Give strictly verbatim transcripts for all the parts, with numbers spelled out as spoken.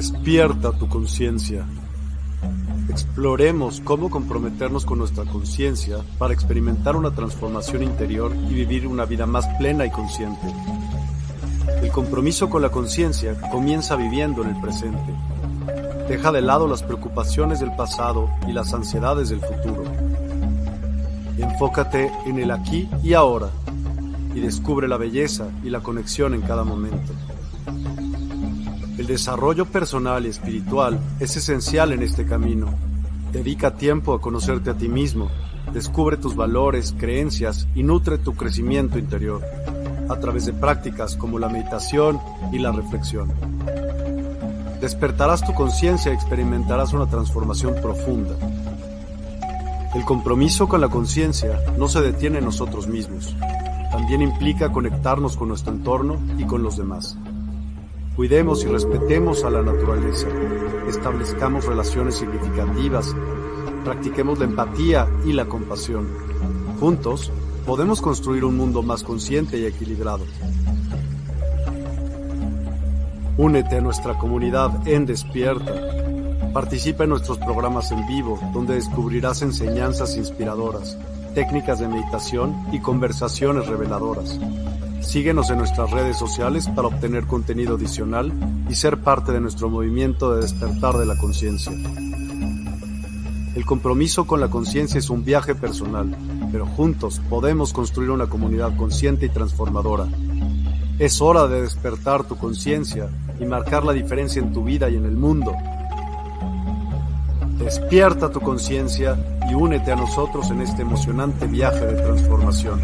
Despierta tu conciencia. Exploremos cómo comprometernos con nuestra conciencia para experimentar una transformación interior y vivir una vida más plena y consciente. El compromiso con la conciencia comienza viviendo en el presente. Deja de lado las preocupaciones del pasado y las ansiedades del futuro. Enfócate en el aquí y ahora y descubre la belleza y la conexión en cada momento. El desarrollo personal y espiritual es esencial en este camino. Dedica tiempo a conocerte a ti mismo, descubre tus valores, creencias y nutre tu crecimiento interior a través de prácticas como la meditación y la reflexión. Despertarás tu conciencia y experimentarás una transformación profunda. El compromiso con la conciencia no se detiene en nosotros mismos. También implica conectarnos con nuestro entorno y con los demás. Cuidemos y respetemos a la naturaleza, establezcamos relaciones significativas, practiquemos la empatía y la compasión. Juntos, podemos construir un mundo más consciente y equilibrado. Únete a nuestra comunidad en Despierta. Participa en nuestros programas en vivo, donde descubrirás enseñanzas inspiradoras, técnicas de meditación y conversaciones reveladoras. Síguenos en nuestras redes sociales para obtener contenido adicional y ser parte de nuestro movimiento de despertar de la conciencia. El compromiso con la conciencia es un viaje personal, pero juntos podemos construir una comunidad consciente y transformadora. Es hora de despertar tu conciencia y marcar la diferencia en tu vida y en el mundo. Despierta tu conciencia y únete a nosotros en este emocionante viaje de transformación.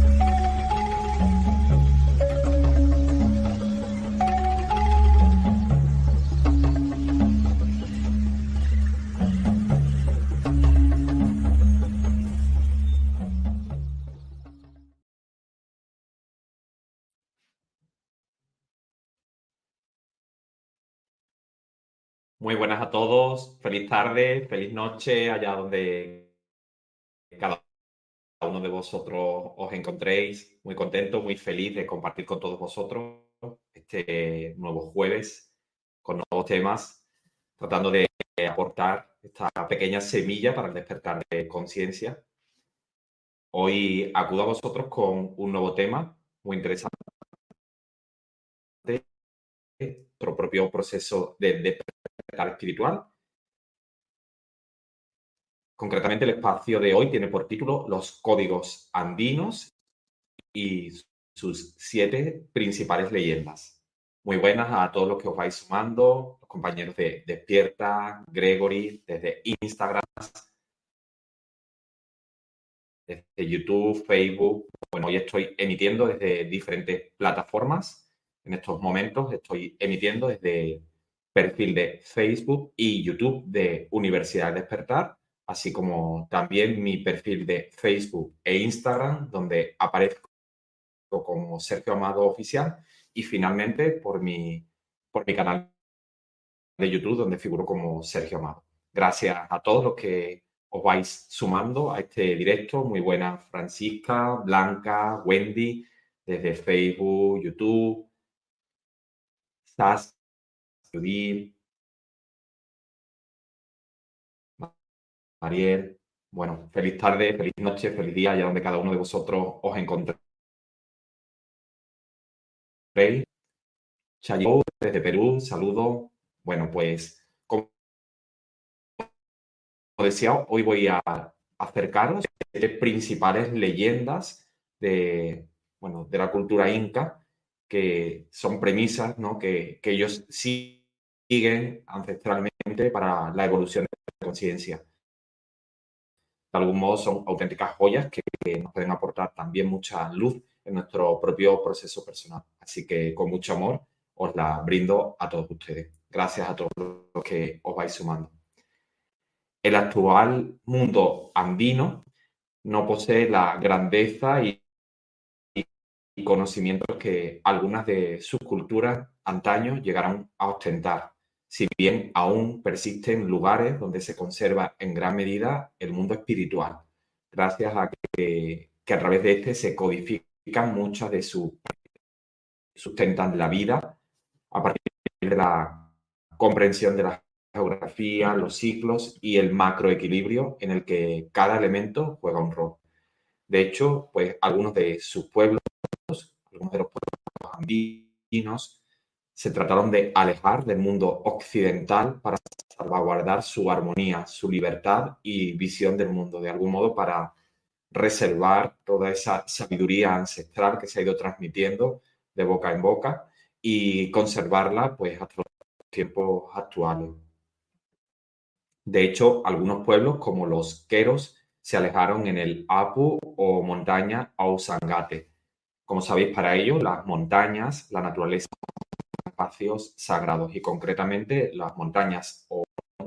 Muy buenas a todos, feliz tarde, feliz noche, allá donde cada uno de vosotros os encontréis. Muy contento, muy feliz de compartir con todos vosotros este nuevo jueves con nuevos temas, tratando de aportar esta pequeña semilla para el despertar de conciencia. Hoy acudo a vosotros con un nuevo tema muy interesante, nuestro propio proceso de despertar espiritual. Concretamente, el espacio de hoy tiene por título Los códigos andinos y sus siete principales leyendas. Muy buenas a todos los que os vais sumando, los compañeros de Despierta, Gregory, desde Instagram, desde YouTube, Facebook. Bueno, hoy estoy emitiendo desde diferentes plataformas. En estos momentos estoy emitiendo desde perfil de Facebook y YouTube de Universidad Despertar, así como también mi perfil de Facebook e Instagram, donde aparezco como Sergio Amado Oficial, y finalmente por mi, por mi canal de YouTube, donde figuro como Sergio Amado. Gracias a todos los que os vais sumando a este directo. Muy buenas, Francisca, Blanca, Wendy, desde Facebook, YouTube, Sas, Judith, Mariel. Bueno, feliz tarde, feliz noche, feliz día, allá donde cada uno de vosotros os encontréis. Chayo, desde Perú, saludos. Bueno, pues, como decía, hoy voy a acercaros a las principales leyendas de, bueno, de la cultura inca, que son premisas, ¿no?, que, que ellos siguen ancestralmente para la evolución de la conciencia. De algún modo son auténticas joyas que, que nos pueden aportar también mucha luz en nuestro propio proceso personal. Así que con mucho amor os la brindo a todos ustedes. Gracias a todos los que os vais sumando. El actual mundo andino no posee la grandeza y, y conocimientos que algunas de sus culturas antaño llegaron a ostentar, si bien aún persisten lugares donde se conserva en gran medida el mundo espiritual, gracias a que, que a través de este se codifican muchas de sus, sustentan la vida a partir de la comprensión de la geografía, los ciclos y el macroequilibrio en el que cada elemento juega un rol. De hecho, pues algunos de sus pueblos, algunos de los pueblos andinos, se trataron de alejar del mundo occidental para salvaguardar su armonía, su libertad y visión del mundo, de algún modo para reservar toda esa sabiduría ancestral que se ha ido transmitiendo de boca en boca y conservarla pues hasta los tiempos actuales. De hecho, algunos pueblos como los queros se alejaron en el Apu o montaña Ausangate. Como sabéis, para ellos las montañas, la naturaleza, son espacios sagrados y concretamente las montañas o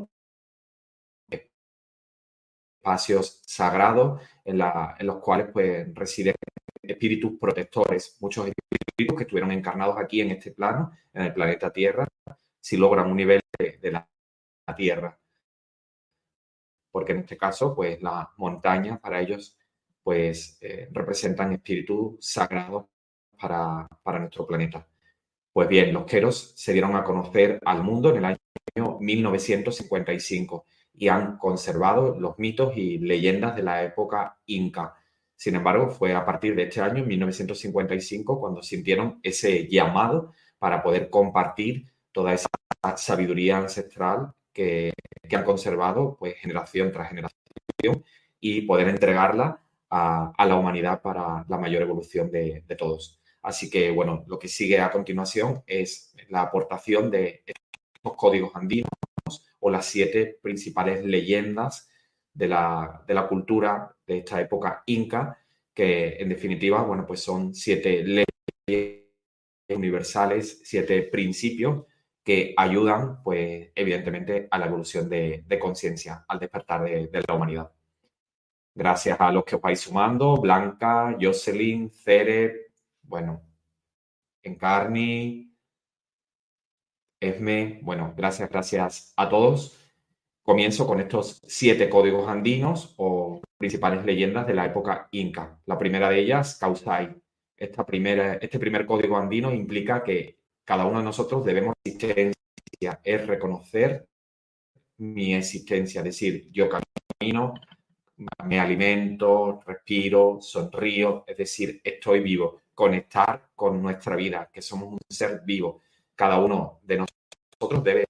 espacios sagrados en, la, en los cuales pues, residen espíritus protectores, muchos espíritus que estuvieron encarnados aquí en este plano, en el planeta Tierra, si logran un nivel de, de la, la Tierra. Porque en este caso, pues las montañas para ellos pues eh, representan espíritus sagrados para, para nuestro planeta. Pues bien, los queros se dieron a conocer al mundo en el año mil novecientos cincuenta y cinco y han conservado los mitos y leyendas de la época inca. Sin embargo, fue a partir de este año, mil novecientos cincuenta y cinco, cuando sintieron ese llamado para poder compartir toda esa sabiduría ancestral que, que han conservado pues, generación tras generación y poder entregarla a, a la humanidad para la mayor evolución de, de todos. Así que, bueno, lo que sigue a continuación es la aportación de estos códigos andinos o las siete principales leyendas de la, de la cultura de esta época inca, que en definitiva, bueno, pues son siete leyes universales, siete principios que ayudan, pues, evidentemente, a la evolución de, de conciencia, al despertar de, de la humanidad. Gracias a los que os vais sumando, Blanca, Jocelyn, Cere, bueno, Encarni, Esme, bueno, gracias, gracias a todos. Comienzo con estos siete códigos andinos o principales leyendas de la época inca. La primera de ellas, Causai. Esta primera, este primer código andino implica que cada uno de nosotros debemos existencia, es reconocer mi existencia, es decir, yo camino, me alimento, respiro, sonrío, es decir, estoy vivo. Conectar con nuestra vida, que somos un ser vivo. Cada uno de nosotros debe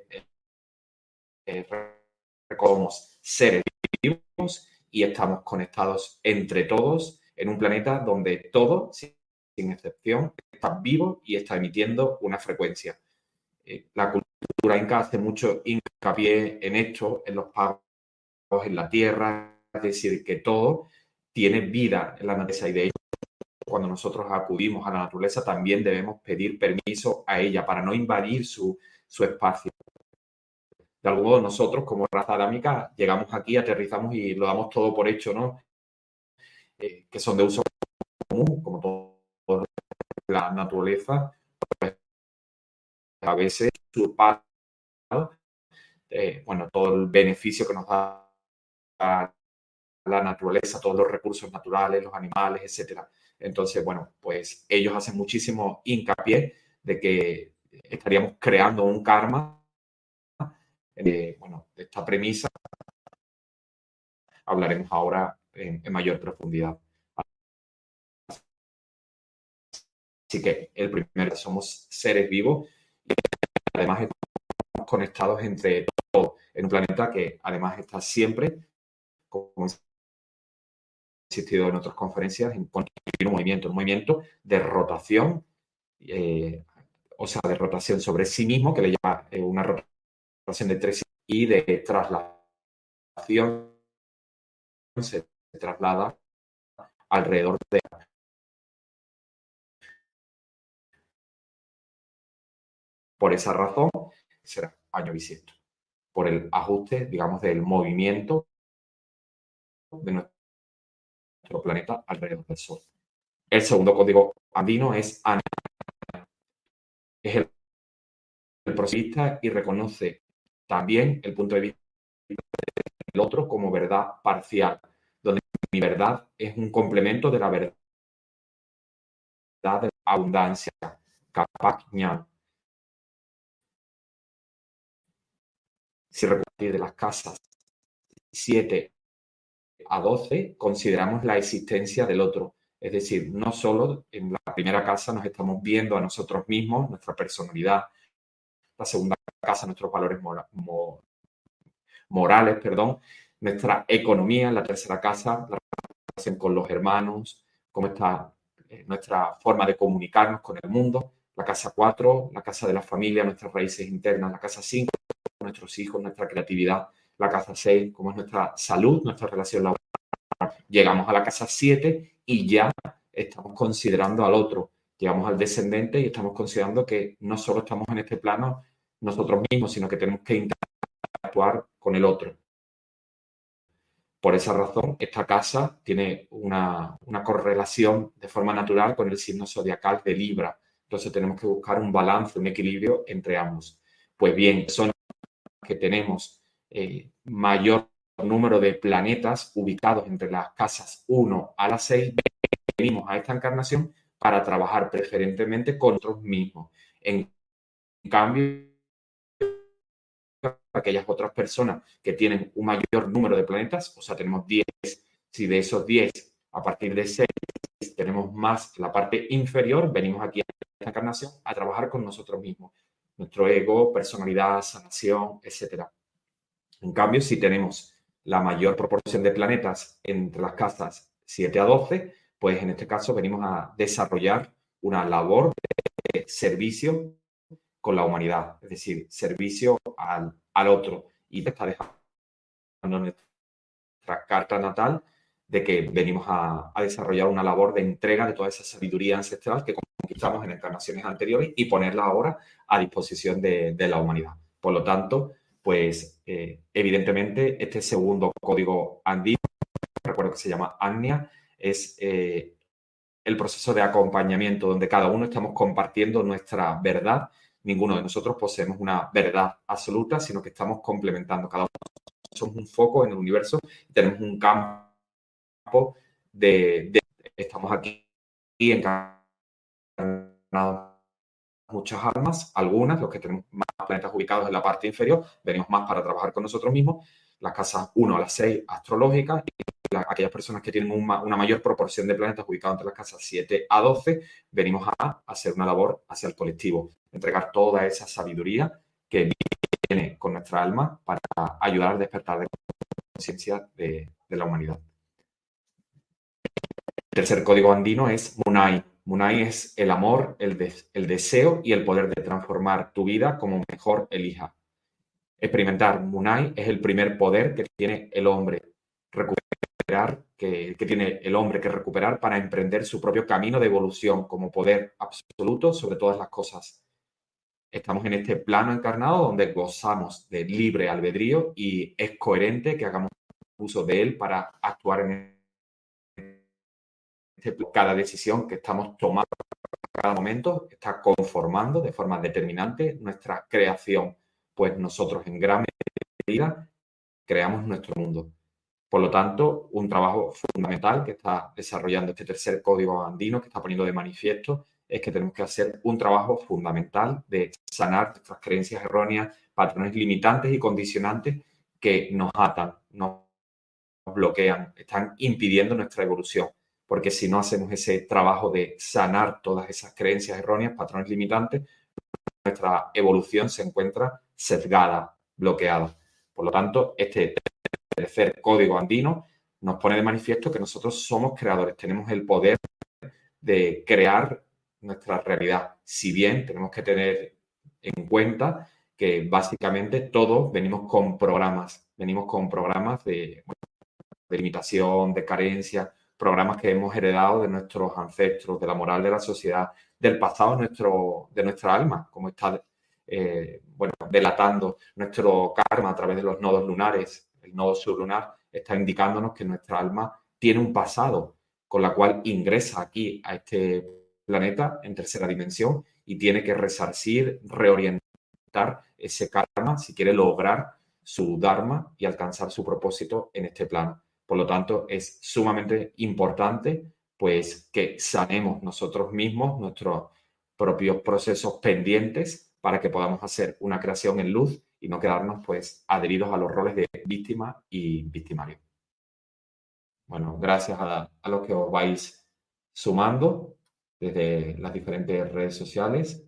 eh, somos seres vivos y estamos conectados entre todos en un planeta donde todo, sin excepción, está vivo y está emitiendo una frecuencia. Eh, la cultura inca hace mucho hincapié en esto, en los pagos, en la tierra, es decir, que todo tiene vida en la naturaleza y de hecho cuando nosotros acudimos a la naturaleza también debemos pedir permiso a ella para no invadir su, su espacio. De algún modo nosotros como raza adámica llegamos aquí, aterrizamos y lo damos todo por hecho, ¿no? Eh, que son de uso común, como todo, toda la naturaleza, pues a veces usurpado, eh, bueno, todo el beneficio que nos da la naturaleza, todos los recursos naturales, los animales, etcétera. Entonces, bueno, pues ellos hacen muchísimo hincapié de que estaríamos creando un karma. Eh, bueno, de esta premisa hablaremos ahora en, en mayor profundidad. Así que el primero, somos seres vivos y además estamos conectados entre todos en un planeta que además está siempre, como he insistido en otras conferencias, en continuo movimiento, un movimiento de rotación, eh, o sea, de rotación sobre sí mismo, que le llama eh, una rotación de tres y de traslación se traslada alrededor de por esa razón será año bisiesto, por el ajuste, digamos, del movimiento de nuestro planeta alrededor del Sol. El segundo código andino es ANA. Es el, el prosista y reconoce también el punto de vista del otro como verdad parcial, donde mi verdad es un complemento de la verdad de la abundancia, Capac Ñan. Si recuerdas de las casas siete a doce, consideramos la existencia del otro. Es decir, no solo en la primera casa nos estamos viendo a nosotros mismos, nuestra personalidad, la segunda casa, nuestros valores mora mo morales, perdón, nuestra economía, en la tercera casa, la relación con los hermanos, cómo está eh, nuestra forma de comunicarnos con el mundo, la casa cuatro, la casa de la familia, nuestras raíces internas, la casa cinco, nuestros hijos, nuestra creatividad, la casa seis, cómo es nuestra salud, nuestra relación laboral. Llegamos a la casa siete y ya estamos considerando al otro. Llegamos al descendente y estamos considerando que no solo estamos en este plano nosotros mismos, sino que tenemos que interactuar con el otro. Por esa razón, esta casa tiene una, una correlación de forma natural con el signo zodiacal de Libra. Entonces tenemos que buscar un balance, un equilibrio entre ambos. Pues bien, son que tenemos eh, mayor número de planetas ubicados entre las casas uno a las seis, venimos a esta encarnación para trabajar preferentemente con nosotros mismos. En cambio, aquellas otras personas que tienen un mayor número de planetas, o sea, tenemos diez, si de esos diez, a partir de seis, tenemos más la parte inferior, venimos aquí a esta encarnación a trabajar con nosotros mismos, nuestro ego, personalidad, sanación, etcétera. En cambio, si tenemos la mayor proporción de planetas entre las casas siete a doce, pues en este caso venimos a desarrollar una labor de servicio con la humanidad, es decir, servicio al, al otro. Y te está dejando nuestra carta natal de que venimos a, a desarrollar una labor de entrega de toda esa sabiduría ancestral que conquistamos en encarnaciones anteriores y ponerla ahora a disposición de, de la humanidad. Por lo tanto, pues eh, evidentemente este segundo código andino, recuerdo que se llama Agnia, es eh, el proceso de acompañamiento donde cada uno estamos compartiendo nuestra verdad. Ninguno de nosotros poseemos una verdad absoluta, sino que estamos complementando. Cada uno somos un foco en el universo y tenemos un campo de... de estamos aquí encarnados muchas almas, algunas, los que tenemos más planetas ubicados en la parte inferior, venimos más para trabajar con nosotros mismos, las casas uno a las seis astrológicas, y la, aquellas personas que tienen una, una mayor proporción de planetas ubicados entre las casas siete a doce, venimos a hacer una labor hacia el colectivo, entregar toda esa sabiduría que viene con nuestra alma para ayudar a despertar de conciencia de, de la humanidad. El tercer código andino es Munay. Munay es el amor, el, de, el deseo y el poder de transformar tu vida como mejor elija. Experimentar Munay es el primer poder que tiene el hombre recuperar, que, que tiene el hombre que recuperar para emprender su propio camino de evolución como poder absoluto sobre todas las cosas. Estamos en este plano encarnado donde gozamos de libre albedrío y es coherente que hagamos uso de él para actuar en el cada decisión que estamos tomando en cada momento está conformando de forma determinante nuestra creación, pues nosotros en gran medida creamos nuestro mundo. Por lo tanto, un trabajo fundamental que está desarrollando este tercer código andino, que está poniendo de manifiesto, es que tenemos que hacer un trabajo fundamental de sanar nuestras creencias erróneas, patrones limitantes y condicionantes que nos atan, nos bloquean, están impidiendo nuestra evolución. Porque si no hacemos ese trabajo de sanar todas esas creencias erróneas, patrones limitantes, nuestra evolución se encuentra sesgada, bloqueada. Por lo tanto, este tercer código andino nos pone de manifiesto que nosotros somos creadores, tenemos el poder de crear nuestra realidad. Si bien tenemos que tener en cuenta que básicamente todos venimos con programas, venimos con programas de, bueno, de limitación, de carencia, programas que hemos heredado de nuestros ancestros, de la moral de la sociedad, del pasado nuestro, de nuestra alma, como está eh, bueno, delatando nuestro karma a través de los nodos lunares. El nodo sublunar está indicándonos que nuestra alma tiene un pasado, con la cual ingresa aquí a este planeta en tercera dimensión y tiene que resarcir, reorientar ese karma si quiere lograr su dharma y alcanzar su propósito en este plano. Por lo tanto, es sumamente importante pues, que sanemos nosotros mismos nuestros propios procesos pendientes para que podamos hacer una creación en luz y no quedarnos pues adheridos a los roles de víctima y victimario. Bueno, gracias a, a los que os vais sumando desde las diferentes redes sociales.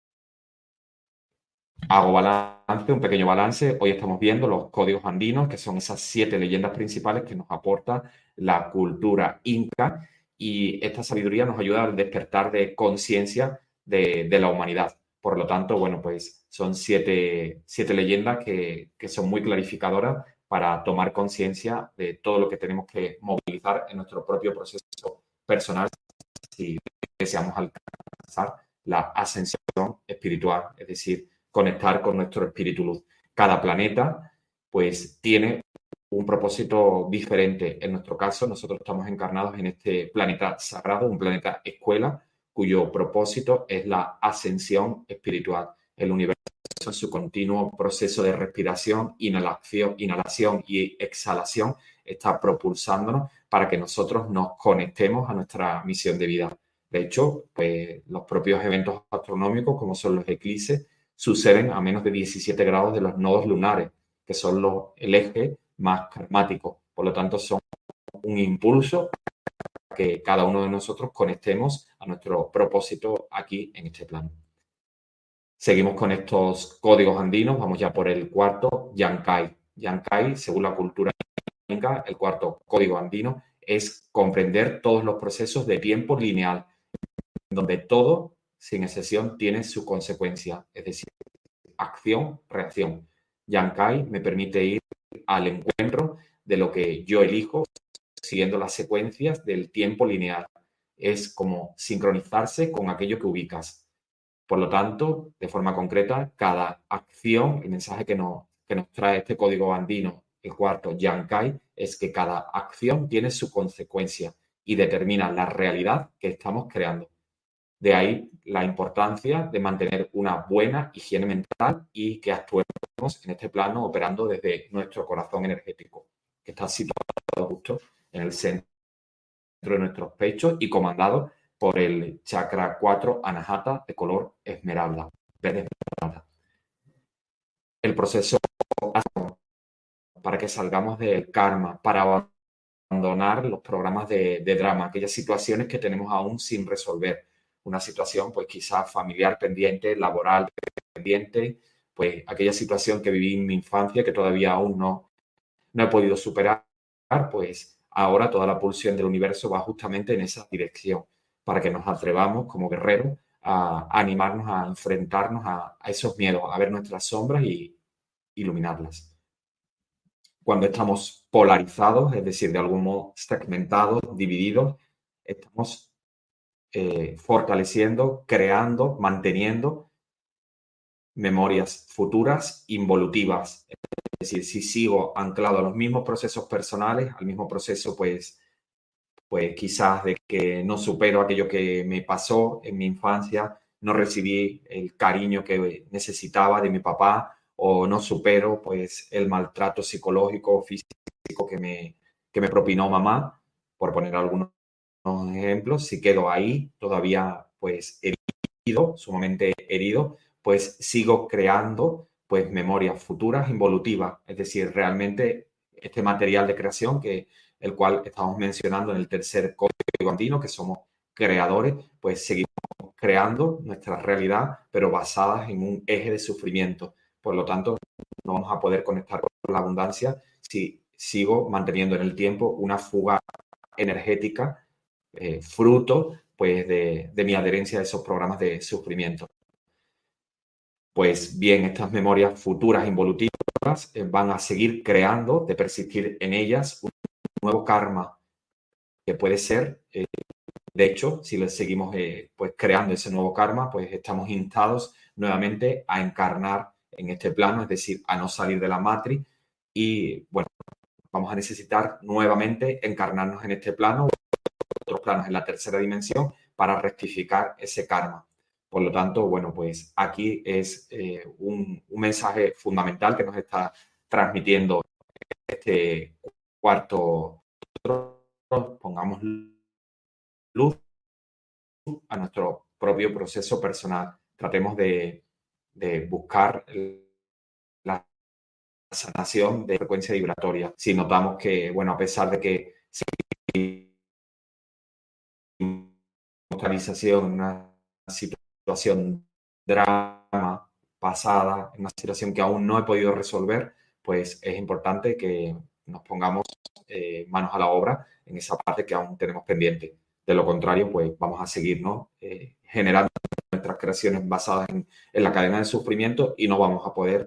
Hago balance, un pequeño balance. Hoy estamos viendo los códigos andinos, que son esas siete leyendas principales que nos aporta la cultura inca, y esta sabiduría nos ayuda al despertar de conciencia de, de la humanidad. Por lo tanto, bueno, pues son siete, siete leyendas que, que son muy clarificadoras para tomar conciencia de todo lo que tenemos que movilizar en nuestro propio proceso personal si deseamos alcanzar la ascensión espiritual, es decir, conectar con nuestro espíritu luz. Cada planeta, pues, tiene un propósito diferente. En nuestro caso, nosotros estamos encarnados en este planeta sagrado, un planeta escuela, cuyo propósito es la ascensión espiritual. El universo, en su continuo proceso de respiración, inhalación, inhalación y exhalación, está propulsándonos para que nosotros nos conectemos a nuestra misión de vida. De hecho, pues, los propios eventos astronómicos, como son los eclipses, suceden a menos de diecisiete grados de los nodos lunares, que son los, el eje más karmático. Por lo tanto, son un impulso para que cada uno de nosotros conectemos a nuestro propósito aquí en este plano. Seguimos con estos códigos andinos. Vamos ya por el cuarto, Yankai. Yankai, según la cultura inca, el cuarto código andino es comprender todos los procesos de tiempo lineal, donde todo, sin excepción, tiene su consecuencia, es decir, acción, reacción. Yankai me permite ir al encuentro de lo que yo elijo siguiendo las secuencias del tiempo lineal. Es como sincronizarse con aquello que ubicas. Por lo tanto, de forma concreta, cada acción, el mensaje que nos, que nos trae este código andino, el cuarto, Yankai, es que cada acción tiene su consecuencia y determina la realidad que estamos creando. De ahí la importancia de mantener una buena higiene mental y que actuemos en este plano operando desde nuestro corazón energético, que está situado justo en el centro de nuestros pechos y comandado por el chakra cuatro Anahata de color esmeralda, verde esmeralda. El proceso para que salgamos del karma, para abandonar los programas de, de drama, aquellas situaciones que tenemos aún sin resolver. Una situación, pues quizás familiar pendiente, laboral pendiente, pues aquella situación que viví en mi infancia que todavía aún no, no he podido superar, pues ahora toda la pulsión del universo va justamente en esa dirección, para que nos atrevamos como guerreros a, a animarnos a enfrentarnos a, a esos miedos, a ver nuestras sombras y iluminarlas. Cuando estamos polarizados, es decir, de algún modo segmentados, divididos, estamos eh, fortaleciendo, creando, manteniendo memorias futuras involutivas. Es decir, si sigo anclado a los mismos procesos personales, al mismo proceso, pues, pues quizás de que no supero aquello que me pasó en mi infancia, no recibí el cariño que necesitaba de mi papá, o no supero pues el maltrato psicológico o físico que me, que me propinó mamá, por poner algunos ejemplos. Si quedo ahí todavía pues herido, sumamente herido, pues sigo creando pues memorias futuras involutivas, es decir, realmente este material de creación que el cual estamos mencionando en el tercer código andino, que somos creadores, pues seguimos creando nuestra realidad, pero basadas en un eje de sufrimiento. Por lo tanto, no vamos a poder conectar con la abundancia si sigo manteniendo en el tiempo una fuga energética, eh, fruto pues, de, de mi adherencia a esos programas de sufrimiento. Pues bien, estas memorias futuras involutivas eh, van a seguir creando, de persistir en ellas, un nuevo karma que puede ser, eh, de hecho, si le seguimos eh, pues, creando ese nuevo karma, pues estamos instados nuevamente a encarnar en este plano, es decir, a no salir de la matriz y, bueno, vamos a necesitar nuevamente encarnarnos en este plano, otros planos en la tercera dimensión, para rectificar ese karma. Por lo tanto, bueno, pues aquí es eh, un, un mensaje fundamental que nos está transmitiendo este cuarto. Pongamos luz a nuestro propio proceso personal. Tratemos de, de buscar la sanación de frecuencia vibratoria. Si notamos que, bueno, a pesar de que localización, una situación drama pasada, una situación que aún no he podido resolver, pues es importante que nos pongamos eh, manos a la obra en esa parte que aún tenemos pendiente. De lo contrario, pues vamos a seguir, ¿no? eh, generando nuestras creaciones basadas en, en, la cadena de sufrimiento y no vamos a poder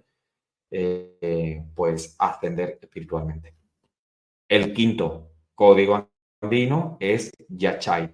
eh, pues ascender espiritualmente. El quinto código andino es Yachai.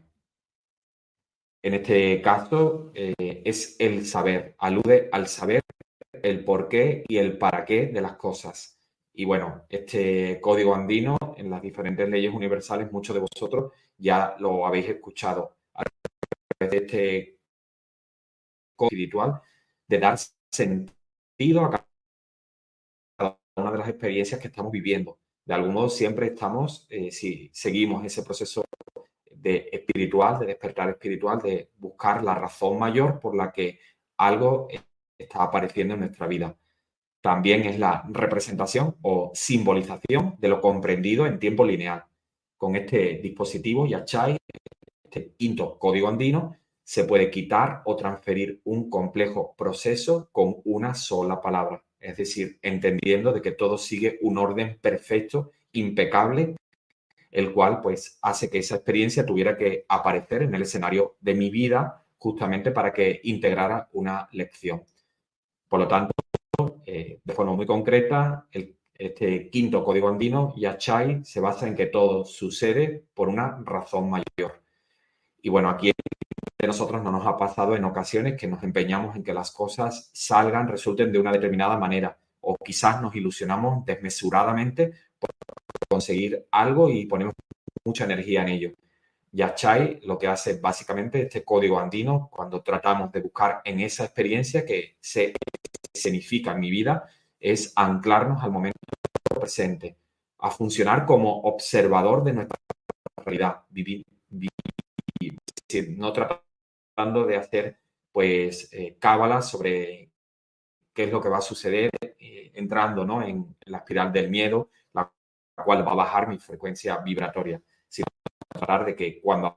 En este caso eh, es el saber, alude al saber, el porqué y el para qué de las cosas. Y bueno, este código andino en las diferentes leyes universales, muchos de vosotros ya lo habéis escuchado a través de este código espiritual, de dar sentido a cada una de las experiencias que estamos viviendo. De algún modo siempre estamos, eh, si seguimos ese proceso de espiritual, de despertar espiritual, de buscar la razón mayor por la que algo está apareciendo en nuestra vida. También es la representación o simbolización de lo comprendido en tiempo lineal. Con este dispositivo, Yachai, este quinto código andino, se puede quitar o transferir un complejo proceso con una sola palabra. Es decir, entendiendo de que todo sigue un orden perfecto, impecable, el cual pues hace que esa experiencia tuviera que aparecer en el escenario de mi vida justamente para que integrara una lección. Por lo tanto, eh, de forma muy concreta, el, este quinto código andino, Yachai, se basa en que todo sucede por una razón mayor. Y bueno, aquí a nosotros no nos ha pasado en ocasiones que nos empeñamos en que las cosas salgan, resulten de una determinada manera, o quizás nos ilusionamos desmesuradamente por conseguir algo y ponemos mucha energía en ello. Yachai lo que hace básicamente este código andino, cuando tratamos de buscar en esa experiencia que se escenifica en mi vida, es anclarnos al momento presente, a funcionar como observador de nuestra realidad, vivir, vivir no tratando de hacer pues eh, cábalas sobre qué es lo que va a suceder, eh, entrando, ¿no?, en la espiral del miedo, la cual va a bajar mi frecuencia vibratoria, sino tratar de que cuando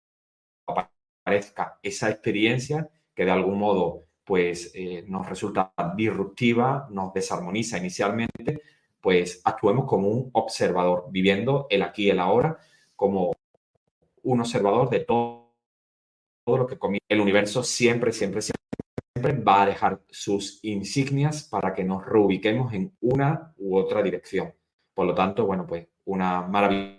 aparezca esa experiencia que de algún modo pues eh, nos resulta disruptiva, nos desarmoniza inicialmente, pues actuemos como un observador, viviendo el aquí y el ahora, como un observador de todo, todo lo que comienza. El universo siempre, siempre, siempre va a dejar sus insignias para que nos reubiquemos en una u otra dirección. Por lo tanto, bueno, pues una maravillosa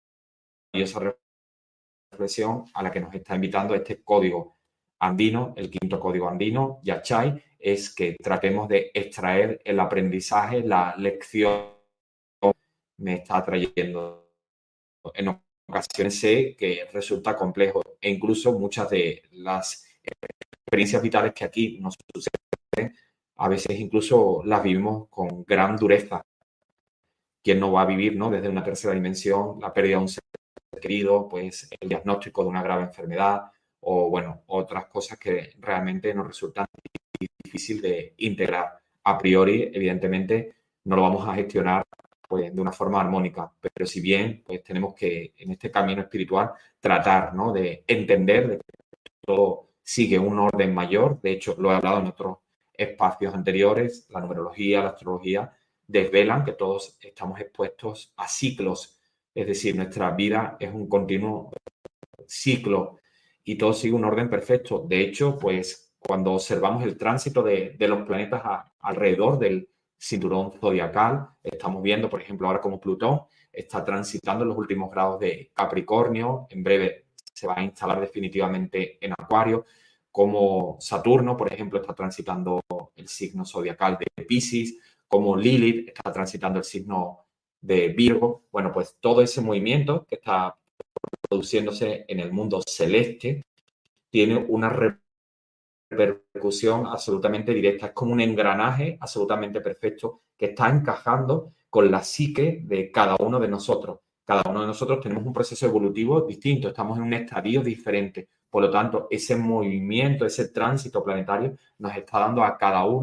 reflexión a la que nos está invitando este código andino, el quinto código andino, Yachai, es que tratemos de extraer el aprendizaje, la lección que me está trayendo. En ocasiones sé que resulta complejo e incluso muchas de las experiencias vitales que aquí nos suceden, a veces incluso las vivimos con gran dureza. ¿Quién no va a vivir, ¿no?, desde una tercera dimensión la pérdida de un ser querido, pues el diagnóstico de una grave enfermedad o, bueno, otras cosas que realmente nos resultan difícil de integrar? A priori, evidentemente, no lo vamos a gestionar pues de una forma armónica, pero si bien pues tenemos que, en este camino espiritual, tratar, ¿no?, de entender de que todo sigue un orden mayor. De hecho, lo he hablado en otros espacios anteriores, la numerología, la astrología desvelan que todos estamos expuestos a ciclos, es decir, nuestra vida es un continuo ciclo y todo sigue un orden perfecto. De hecho, pues cuando observamos el tránsito de, de los planetas a, alrededor del cinturón zodiacal, estamos viendo, por ejemplo, ahora como Plutón está transitando en los últimos grados de Capricornio, en breve se va a instalar definitivamente en Acuario, como Saturno, por ejemplo, está transitando el signo zodiacal de Piscis, como Lilith está transitando el signo de Virgo. Bueno, pues todo ese movimiento que está produciéndose en el mundo celeste tiene una repercusión absolutamente directa. Es como un engranaje absolutamente perfecto que está encajando con la psique de cada uno de nosotros. Cada uno de nosotros tenemos un proceso evolutivo distinto, estamos en un estadio diferente. Por lo tanto, ese movimiento, ese tránsito planetario nos está dando a cada uno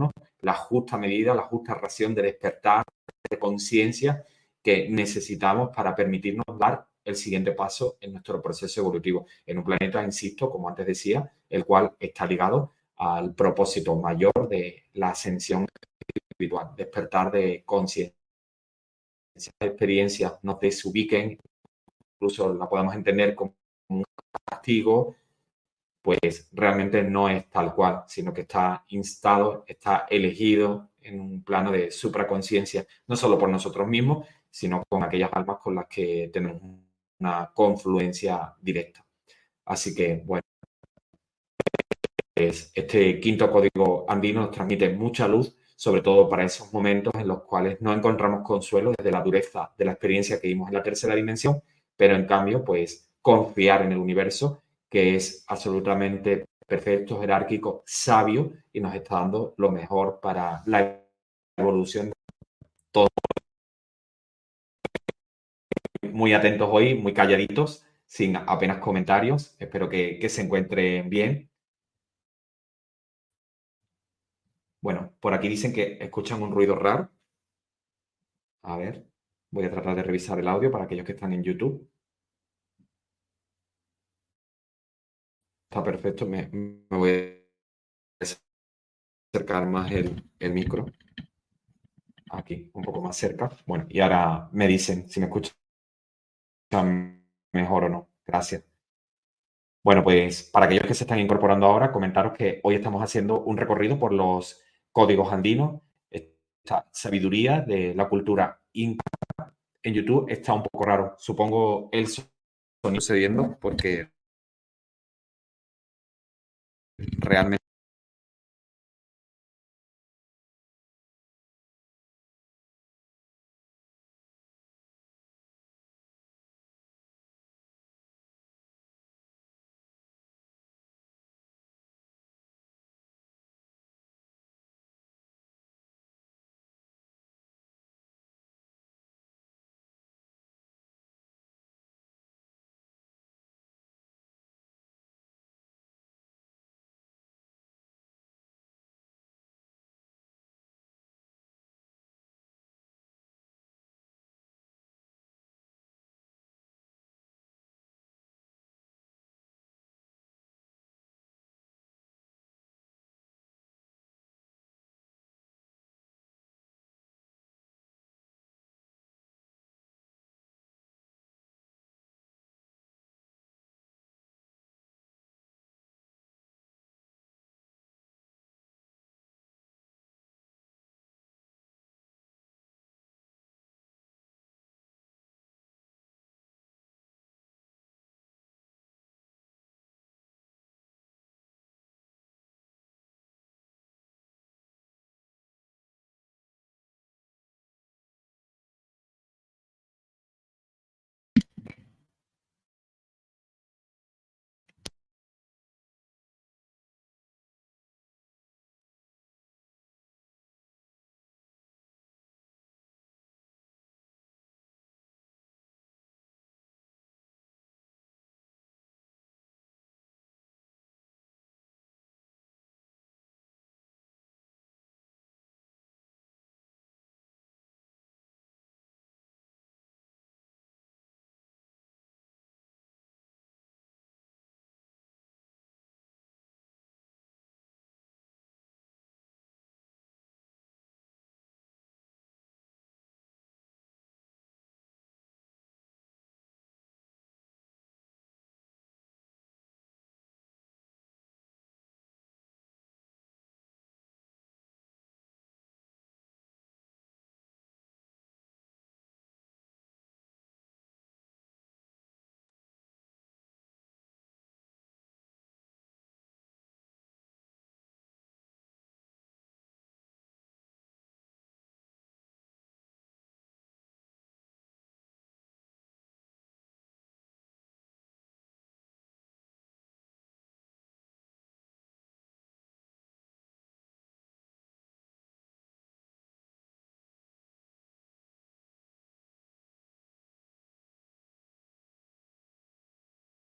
la justa medida, la justa ración de despertar, de conciencia que necesitamos para permitirnos dar el siguiente paso en nuestro proceso evolutivo. En un planeta, insisto, como antes decía, el cual está ligado al propósito mayor de la ascensión espiritual, despertar de conciencia. Experiencias nos desubiquen, incluso la podemos entender como un castigo, pues realmente no es tal cual, sino que está instado, está elegido en un plano de supraconciencia, no solo por nosotros mismos, sino con aquellas almas con las que tenemos una confluencia directa. Así que, bueno, pues este quinto código andino nos transmite mucha luz, sobre todo para esos momentos en los cuales no encontramos consuelo desde la dureza de la experiencia que vimos en la tercera dimensión, pero en cambio, pues confiar en el universo, que es absolutamente perfecto, jerárquico, sabio y nos está dando lo mejor para la evolución de todos. Muy atentos hoy, muy calladitos, sin apenas comentarios. Espero que, que se encuentren bien. Bueno, por aquí dicen que escuchan un ruido raro. A ver, voy a tratar de revisar el audio para aquellos que están en YouTube. Está perfecto, me, me voy a acercar más el, el micro. Aquí, un poco más cerca. Bueno, y ahora me dicen si me escuchan mejor o no. Gracias. Bueno, pues para aquellos que se están incorporando ahora, comentaros que hoy estamos haciendo un recorrido por los códigos andinos, esta sabiduría de la cultura inca. En YouTube está un poco raro. Supongo el sonido sucediendo porque realmente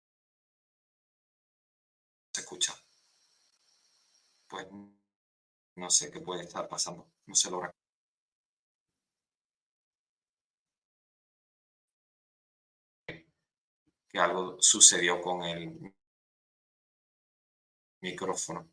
se escucha. Pues No sé qué puede estar pasando. No se logra. Que algo sucedió con el micrófono.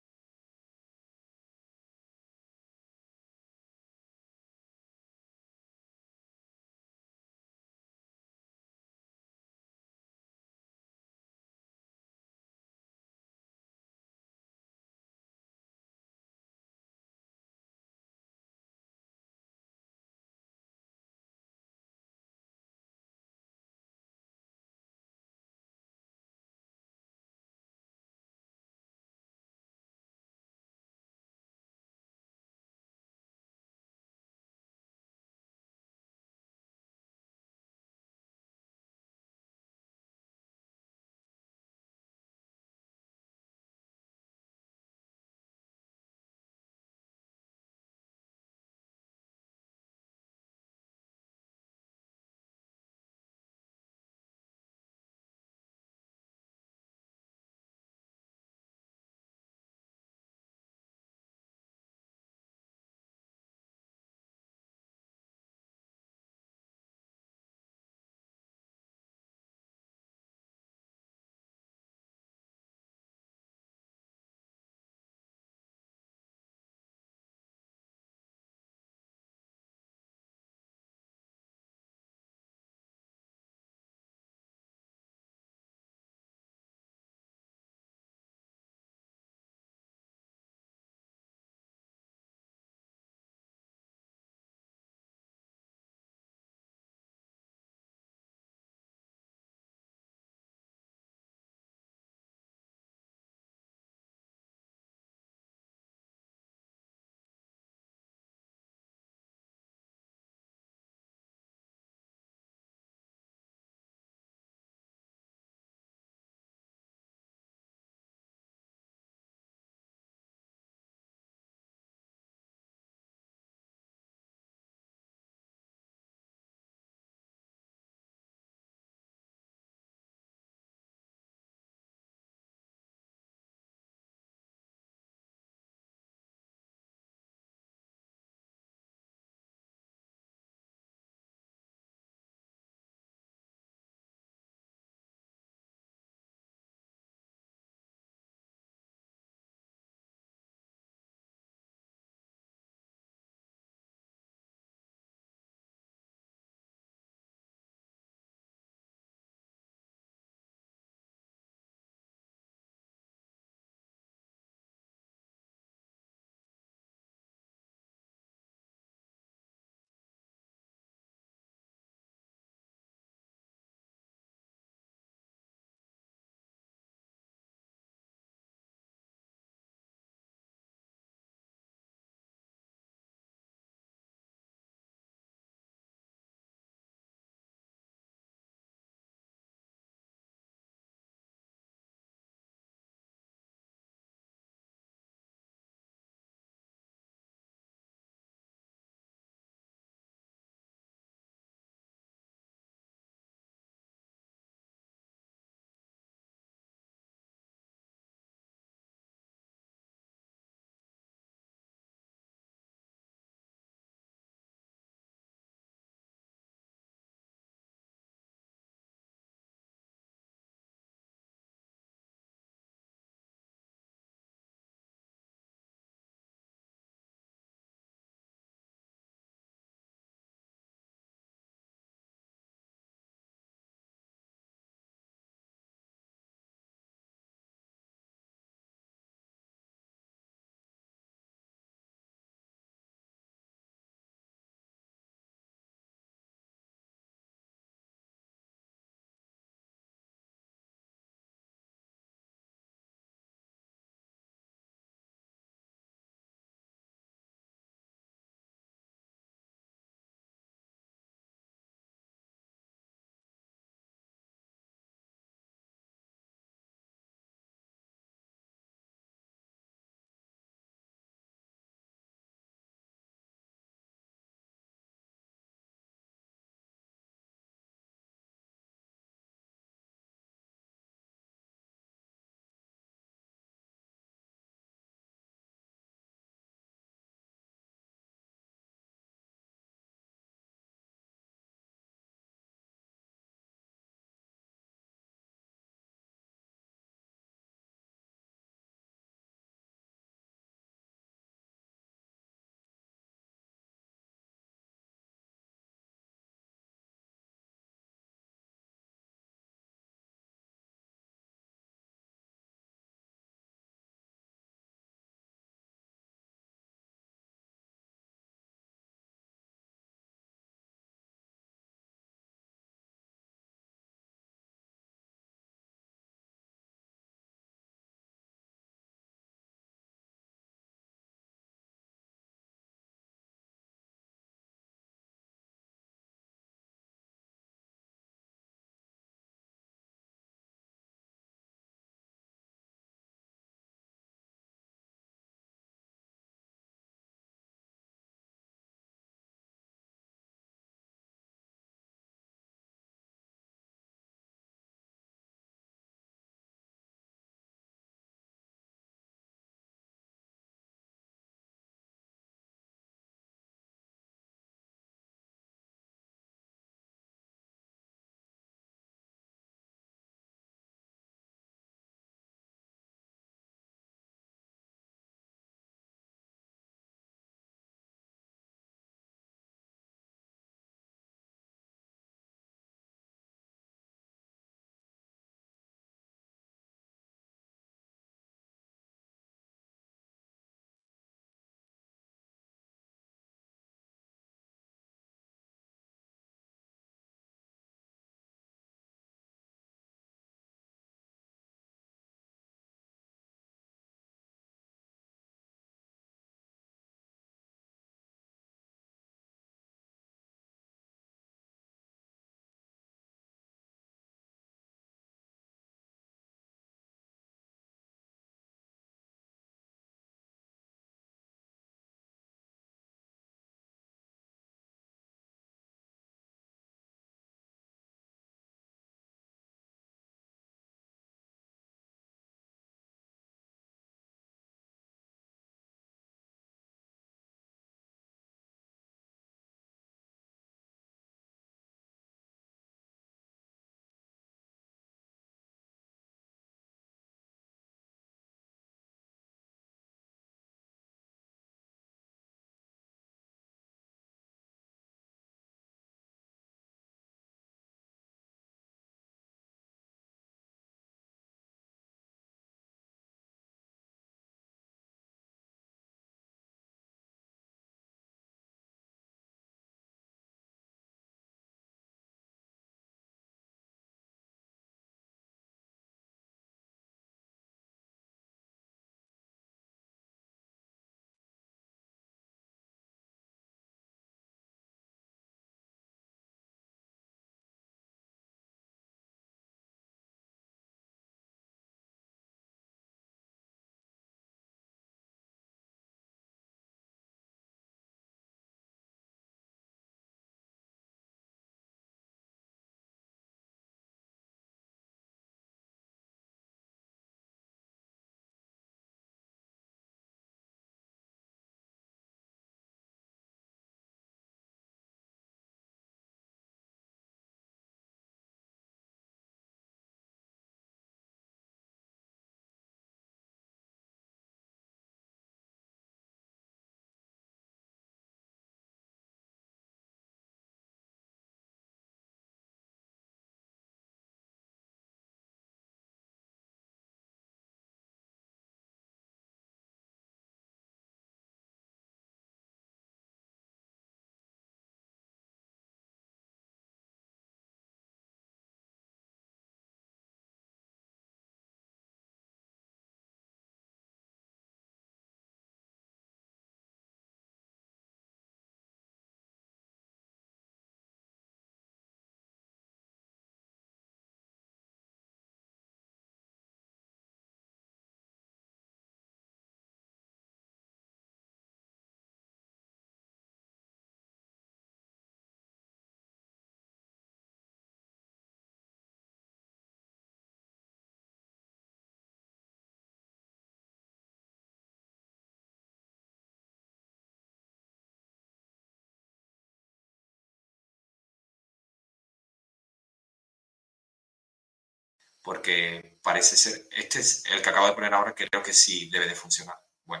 porque parece ser, este es el que acabo de poner ahora, creo que sí debe de funcionar. Bueno,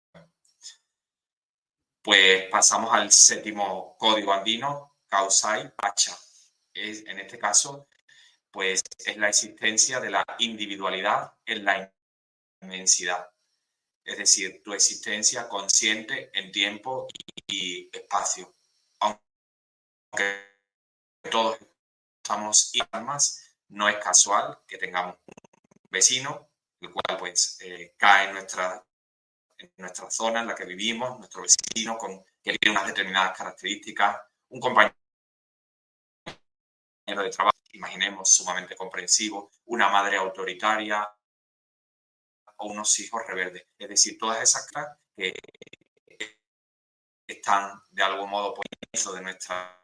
pues pasamos al séptimo código andino, Kausai Pacha. Es, en este caso, pues es la existencia de la individualidad en la inmensidad. Es decir, tu existencia consciente en tiempo y espacio. Aunque todos estamos y almas, no es casual que tengamos un vecino, el cual pues eh, cae en nuestra, en nuestra zona en la que vivimos, nuestro vecino con, que tiene unas determinadas características, un compañero de trabajo, imaginemos, sumamente comprensivo, una madre autoritaria o unos hijos rebeldes. Es decir, todas esas cosas que están de algún modo por dentro de nuestra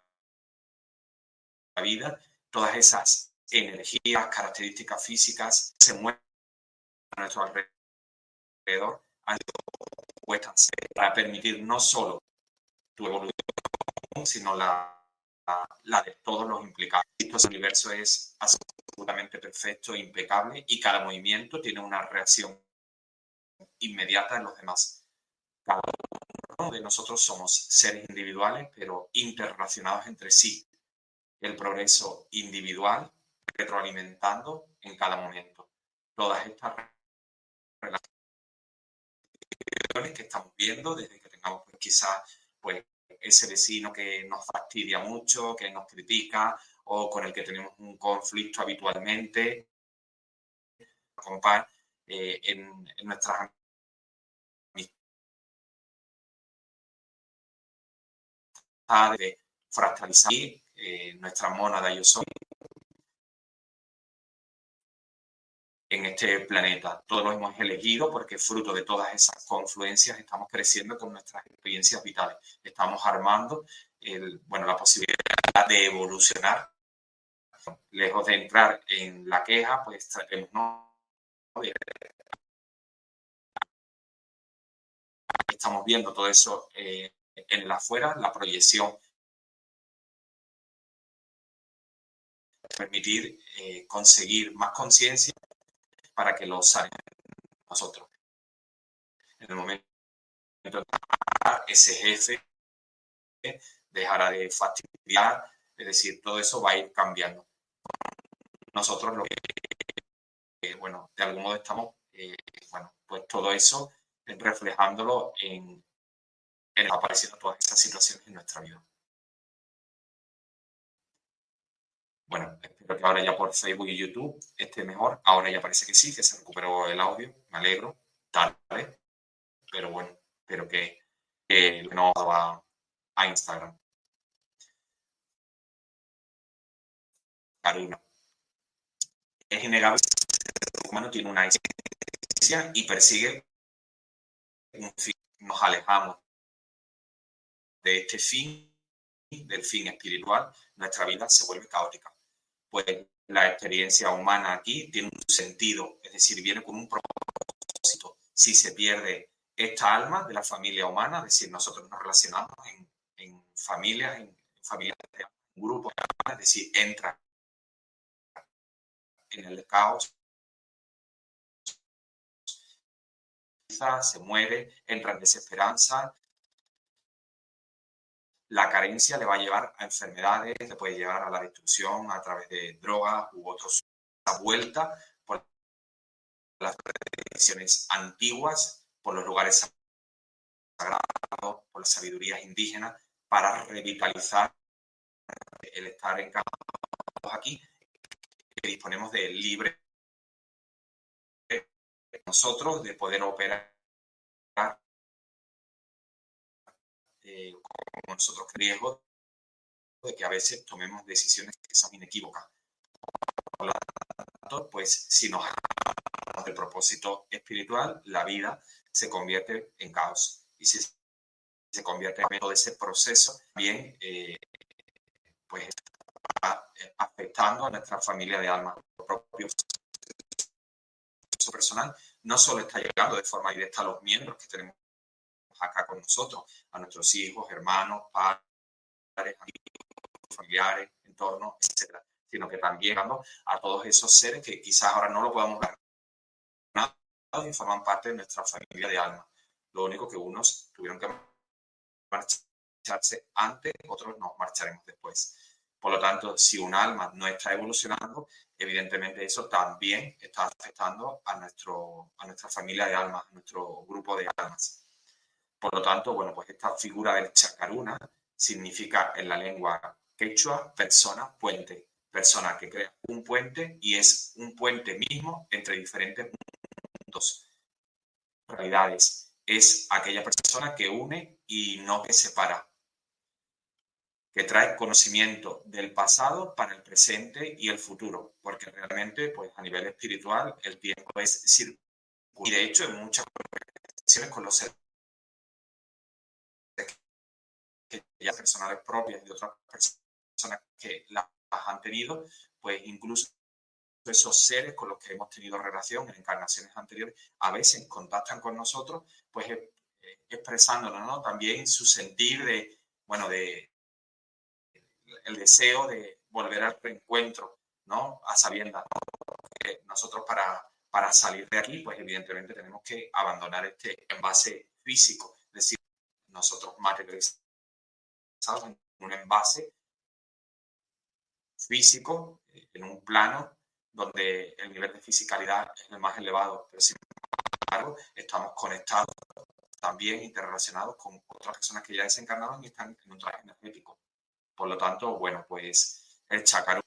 vida, todas esas energías, características físicas se mueven a nuestro alrededor, han sido puestas para permitir no solo tu evolución, sino la, la, la de todos los implicados. Este universo es absolutamente perfecto, impecable, y cada movimiento tiene una reacción inmediata en los demás. Cada uno de nosotros somos seres individuales, pero interrelacionados entre sí. El progreso individual retroalimentando en cada momento. Todas estas relaciones que estamos viendo desde que tengamos pues, quizás pues, ese vecino que nos fastidia mucho, que nos critica o con el que tenemos un conflicto habitualmente, eh, en, en nuestras amistades, de fractalizar eh, nuestra mónada yo soy en este planeta. Todos lo hemos elegido porque fruto de todas esas confluencias estamos creciendo con nuestras experiencias vitales. Estamos armando el, bueno, la posibilidad de evolucionar. Lejos de entrar en la queja, pues traemos, ¿no? Estamos viendo todo eso eh, en el afuera, la proyección permitir eh, conseguir más conciencia para que lo salgan nosotros. En el momento de ese jefe dejará de fastidiar, es decir, todo eso va a ir cambiando. Nosotros lo que, eh, bueno, de algún modo estamos, eh, bueno, pues todo eso reflejándolo en, en apareciendo todas estas situaciones en nuestra vida. Bueno, espero que ahora ya por Facebook y YouTube esté mejor. Ahora ya parece que sí, que se recuperó el audio. Me alegro. Tarde. Pero bueno, espero que, que no va a Instagram. Karina. Es innegable que el ser humano tiene una esencia y persigue un fin. Nos alejamos de este fin, del fin espiritual, nuestra vida se vuelve caótica. Pues la experiencia humana aquí tiene un sentido, es decir, viene con un propósito. Si se pierde esta alma de la familia humana, es decir, nosotros nos relacionamos en, en familias, en, en familias de un grupo, es decir, entra en el caos, se muere, entra en desesperanza. La carencia le va a llevar a enfermedades, le puede llevar a la destrucción a través de drogas u otros. La vuelta por las tradiciones antiguas, por los lugares sagrados, por las sabidurías indígenas, para revitalizar el estar encarnados aquí, que disponemos de libre nosotros de poder operar eh, con nosotros riesgos de que a veces tomemos decisiones que son inequívocas. Por lo tanto, pues si nos hablamos del propósito espiritual, la vida se convierte en caos. Y si se convierte en todo ese proceso, bien, eh, pues está afectando a nuestra familia de alma. El propio proceso personal no solo está llegando de forma directa a los miembros que tenemos acá con nosotros, a nuestros hijos, hermanos, padres, amigos, familiares, entornos, etcétera, sino que también a todos esos seres que quizás ahora no lo podamos ver y forman parte de nuestra familia de alma. Lo único que unos tuvieron que marcharse antes, otros nos marcharemos después. Por lo tanto, si un alma no está evolucionando, evidentemente eso también está afectando a, nuestro, a nuestra familia de almas, a nuestro grupo de almas. Por lo tanto, bueno, pues esta figura del chakaruna significa en la lengua quechua persona, puente. Persona que crea un puente y es un puente mismo entre diferentes mundos, realidades. Es aquella persona que une y no que separa, que trae conocimiento del pasado para el presente y el futuro, porque realmente, pues a nivel espiritual, el tiempo es circular. Y de hecho, en muchas ocasiones con los seres que ya personales propias de otras personas que las han tenido, pues incluso esos seres con los que hemos tenido relación en encarnaciones anteriores, a veces contactan con nosotros, pues eh, expresándonos, ¿no? También su sentir de, bueno, de el deseo de volver al reencuentro, ¿no? A sabiendas, ¿no? Que nosotros para, para salir de aquí, pues evidentemente tenemos que abandonar este envase físico, es decir, nosotros materializados en un envase físico, en un plano donde el nivel de fisicalidad es el más elevado, pero sin embargo estamos conectados también, interrelacionados con otras personas que ya desencarnaron y están en un traje energético. Por lo tanto, bueno, pues el chakarú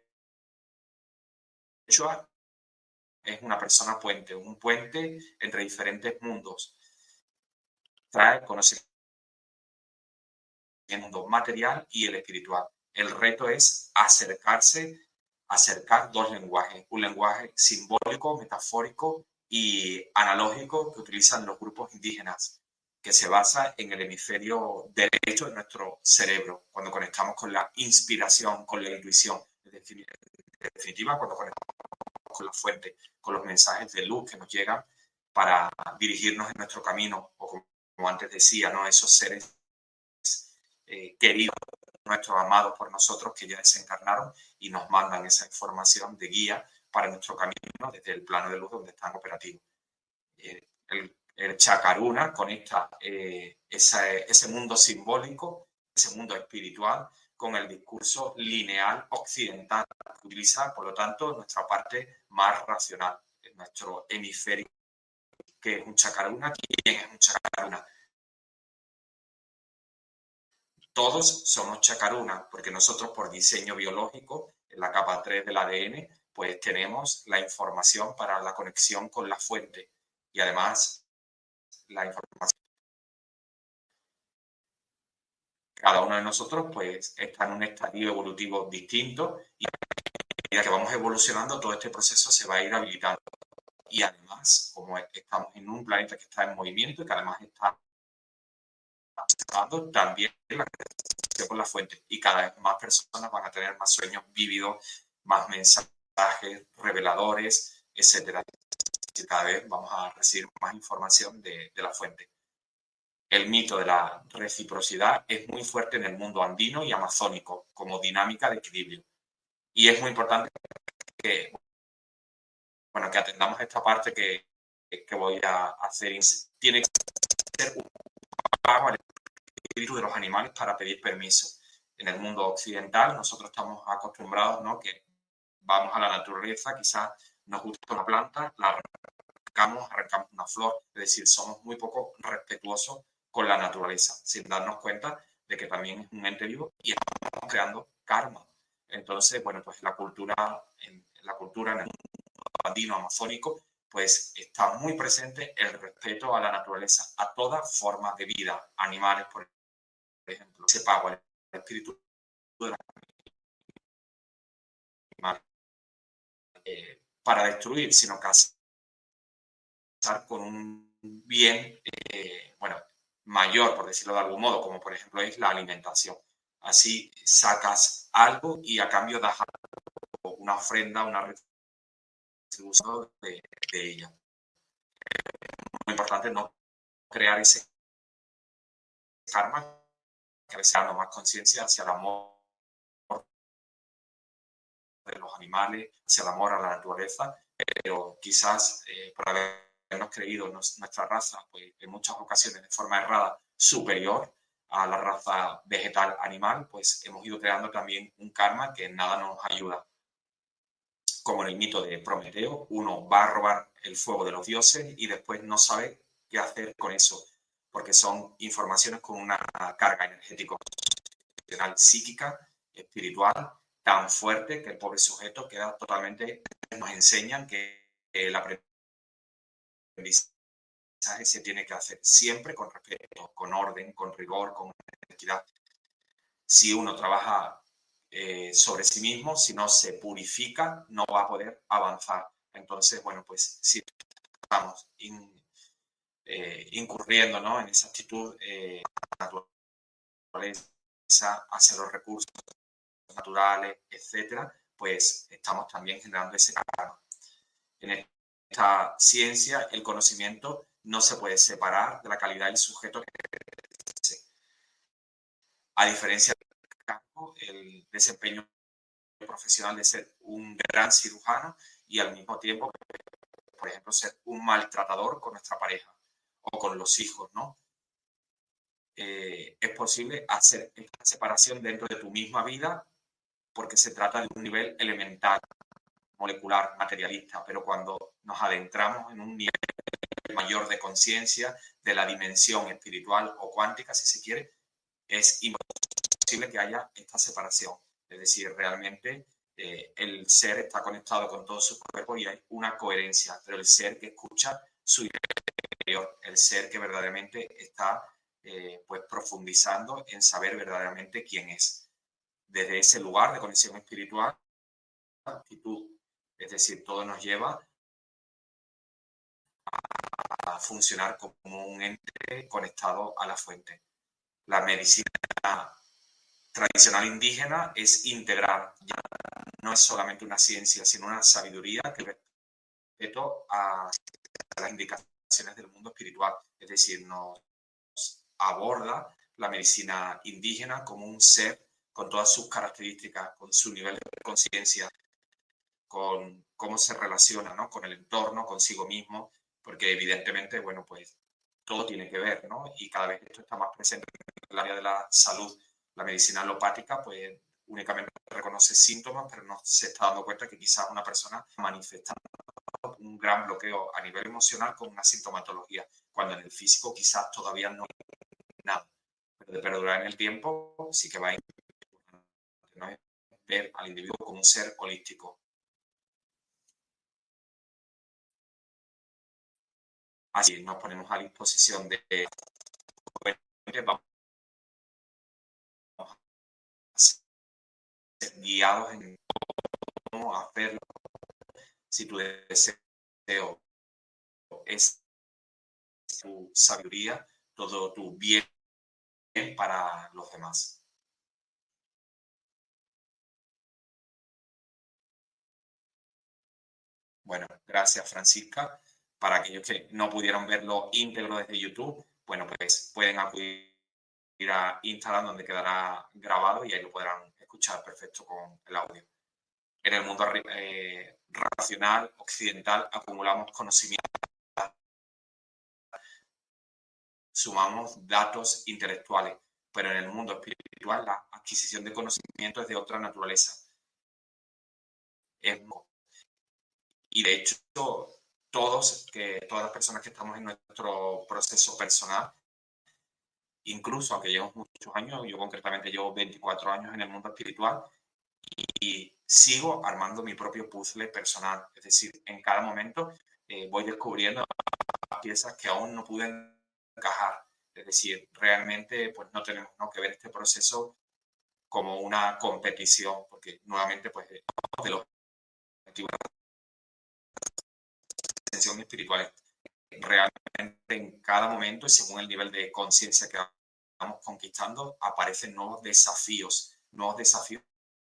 quechua es una persona puente, un puente entre diferentes mundos. Trae conocimiento el mundo material y el espiritual. El reto es acercarse, acercar dos lenguajes, un lenguaje simbólico, metafórico y analógico que utilizan los grupos indígenas, que se basa en el hemisferio derecho de nuestro cerebro, cuando conectamos con la inspiración, con la intuición, en definitiva, cuando conectamos con la fuente, con los mensajes de luz que nos llegan para dirigirnos en nuestro camino, o como, como antes decía, ¿no? Esos seres eh, queridos, nuestros amados por nosotros que ya desencarnaron y nos mandan esa información de guía para nuestro camino desde el plano de luz donde están operativos. Eh, el, el chakaruna conecta eh, esa, ese mundo simbólico, ese mundo espiritual, con el discurso lineal occidental que utiliza, por lo tanto, nuestra parte más racional, nuestro hemisferio, que es un chakaruna. ¿Quién es un chakaruna? Todos somos chakaruna, porque nosotros por diseño biológico, en la capa tres del A D N, pues tenemos la información para la conexión con la fuente y además la información. Cada uno de nosotros pues está en un estadio evolutivo distinto y a medida que vamos evolucionando todo este proceso se va a ir habilitando. Y además, como estamos en un planeta que está en movimiento y que además está también la conexión con la fuente y cada vez más personas van a tener más sueños vívidos, más mensajes reveladores, etcétera. Y cada vez vamos a recibir más información de, de la fuente. El mito de la reciprocidad es muy fuerte en el mundo andino y amazónico como dinámica de equilibrio. Y es muy importante que, bueno, que atendamos esta parte que, que voy a hacer. Tiene que ser un pago al espíritu de los animales para pedir permiso. En el mundo occidental nosotros estamos acostumbrados, ¿no? Que vamos a la naturaleza, quizás nos gusta una planta, la arrancamos, arrancamos una flor, es decir, somos muy poco respetuosos con la naturaleza, sin darnos cuenta de que también es un ente vivo y estamos creando karma. Entonces, bueno, pues la cultura, en la cultura en el mundo andino amazónico, pues está muy presente el respeto a la naturaleza, a toda forma de vida, animales, por ejemplo, ese pago al espíritu de los animales, eh, para destruir, sino casar con un bien, eh, bueno, mayor, por decirlo de algún modo, como por ejemplo es la alimentación. Así sacas algo y a cambio das algo, una ofrenda, una retribución de, de ella. Es muy importante no crear ese karma, que a veces dando más conciencia hacia el amor de los animales, hacia el amor a la naturaleza, pero quizás eh, por habernos creído nos, nuestra raza, pues en muchas ocasiones de forma errada, superior a la raza vegetal animal, pues hemos ido creando también un karma que en nada nos ayuda. Como en el mito de Prometeo, uno va a robar el fuego de los dioses y después no sabe qué hacer con eso, porque son informaciones con una carga energética, psíquica, espiritual, tan fuerte que el pobre sujeto queda totalmente... Nos enseñan que el aprendizaje se tiene que hacer siempre con respeto, con orden, con rigor, con honestidad. Si uno trabaja eh, sobre sí mismo, si no se purifica, no va a poder avanzar. Entonces, bueno, pues si estamos in, eh, incurriendo, ¿no?, en esa actitud eh, naturaleza hacia los recursos naturales, etcétera, pues estamos también generando ese karma. En esta ciencia, el conocimiento no se puede separar de la calidad del sujeto que es. A diferencia del campo, el desempeño profesional de ser un gran cirujano y al mismo tiempo, por ejemplo, ser un maltratador con nuestra pareja o con los hijos, ¿no? Eh, es posible hacer esta separación dentro de tu misma vida porque se trata de un nivel elemental, molecular, materialista, pero cuando nos adentramos en un nivel mayor de conciencia, de la dimensión espiritual o cuántica, si se quiere, es imposible que haya esta separación. Es decir, realmente eh, el ser está conectado con todo su cuerpo y hay una coherencia, pero el ser que escucha su interior, el ser que verdaderamente está eh, pues profundizando en saber verdaderamente quién es. Desde ese lugar de conexión espiritual, actitud, es decir, todo nos lleva a funcionar como un ente conectado a la fuente. La medicina tradicional indígena es integral, ya no es solamente una ciencia, sino una sabiduría que respeto a las indicaciones del mundo espiritual, es decir, nos aborda la medicina indígena como un ser con todas sus características, con su nivel de conciencia, con cómo se relaciona, ¿no?, con el entorno, consigo mismo, porque evidentemente, bueno, pues todo tiene que ver, ¿no? Y cada vez esto está más presente en el área de la salud. La medicina alopática, pues únicamente reconoce síntomas, pero no se está dando cuenta que quizás una persona manifiesta un gran bloqueo a nivel emocional con una sintomatología, cuando en el físico quizás todavía no hay nada. Pero de perdurar en el tiempo sí que va a ¿no? ver al individuo como un ser holístico. Así nos ponemos a disposición de vamos a ser guiados en cómo hacerlo. Si tu deseo es tu sabiduría, todo tu bien para los demás. Bueno, gracias, Francisca. Para aquellos que no pudieron verlo íntegro desde YouTube, bueno, pues pueden acudir a Instagram, donde quedará grabado y ahí lo podrán escuchar perfecto con el audio. En el mundo eh, racional, occidental, acumulamos conocimiento, sumamos datos intelectuales, pero en el mundo espiritual la adquisición de conocimiento es de otra naturaleza. Es, y de hecho, todos, que, todas las personas que estamos en nuestro proceso personal, incluso aunque llevamos muchos años, yo concretamente llevo veinticuatro años en el mundo espiritual y, y sigo armando mi propio puzzle personal. Es decir, en cada momento eh, voy descubriendo piezas que aún no pude encajar. Es decir, realmente pues no tenemos, ¿no?, que ver este proceso como una competición, porque nuevamente pues de los objetivos de ascensión espiritual, realmente en cada momento y según el nivel de conciencia que vamos conquistando, aparecen nuevos desafíos, nuevos desafíos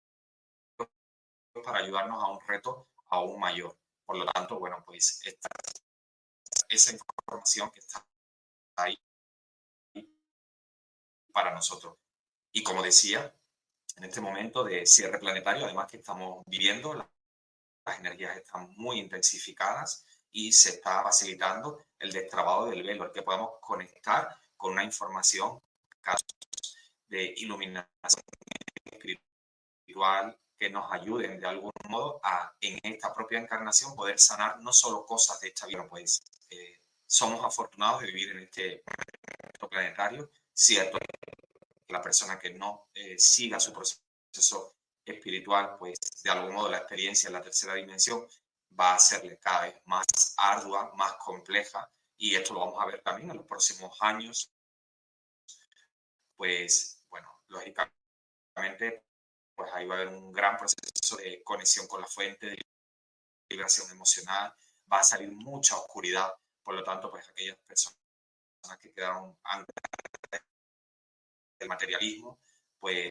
para ayudarnos a un reto aún mayor. Por lo tanto, bueno, pues esta, esa información que está ahí para nosotros. Y como decía, en este momento de cierre planetario, además que estamos viviendo, las energías están muy intensificadas y se está facilitando el destrabado del velo, el que podamos conectar con una información de iluminación espiritual que nos ayuden de algún modo a, en esta propia encarnación, poder sanar no solo cosas de esta vida, pues eh, somos afortunados de vivir en este planetario. Cierto, la persona que no eh, siga su proceso espiritual, pues de algún modo la experiencia en la tercera dimensión va a serle cada vez más ardua, más compleja, y esto lo vamos a ver también en los próximos años. Pues bueno, lógicamente, pues ahí va a haber un gran proceso de conexión con la fuente, de vibración emocional, va a salir mucha oscuridad, por lo tanto, pues aquellas personas que quedaron antes del materialismo, pues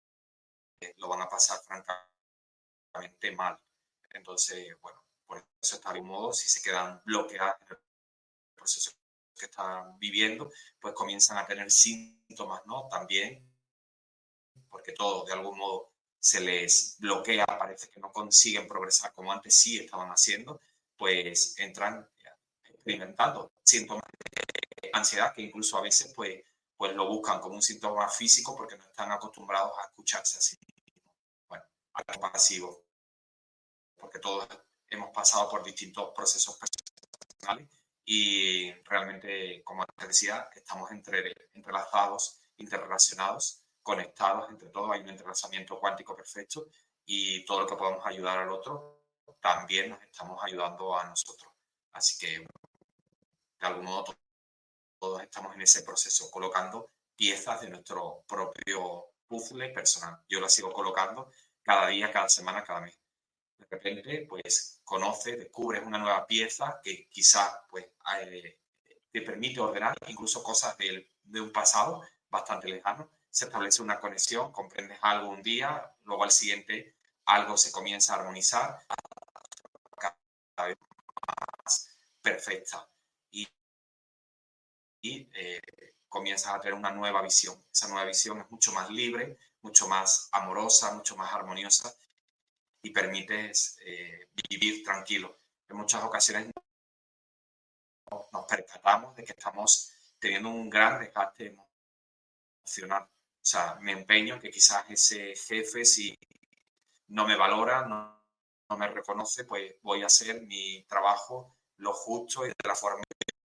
lo van a pasar francamente mal. Entonces, bueno, por eso está de un modo, si se quedan bloqueadas en el proceso que están viviendo, pues comienzan a tener síntomas, ¿no? También, porque todo de algún modo se les bloquea, parece que no consiguen progresar como antes sí estaban haciendo, pues entran experimentando síntomas de ansiedad que incluso a veces pues, pues lo buscan como un síntoma físico porque no están acostumbrados a escucharse así. Bueno, algo pasivo, porque todos hemos pasado por distintos procesos personales y realmente, como antes decía, estamos entre, entrelazados, interrelacionados, conectados entre todos, hay un entrelazamiento cuántico perfecto y todo lo que podamos ayudar al otro, también nos estamos ayudando a nosotros. Así que, de algún modo, todos estamos en ese proceso, colocando piezas de nuestro propio puzzle personal. Yo las sigo colocando cada día, cada semana, cada mes. De repente, pues, conoces, descubres una nueva pieza que quizás, pues, eh, te permite ordenar incluso cosas de, de un pasado bastante lejano. Se establece una conexión, comprendes algo un día, luego al siguiente algo se comienza a armonizar cada vez más perfecta. Y, y eh, comienzas a tener una nueva visión. Esa nueva visión es mucho más libre, mucho más amorosa, mucho más armoniosa y permites eh, vivir tranquilo. En muchas ocasiones nos percatamos de que estamos teniendo un gran desgaste emocional. O sea, me empeño que quizás ese jefe, si no me valora, no, no me reconoce, pues voy a hacer mi trabajo lo justo y de la forma.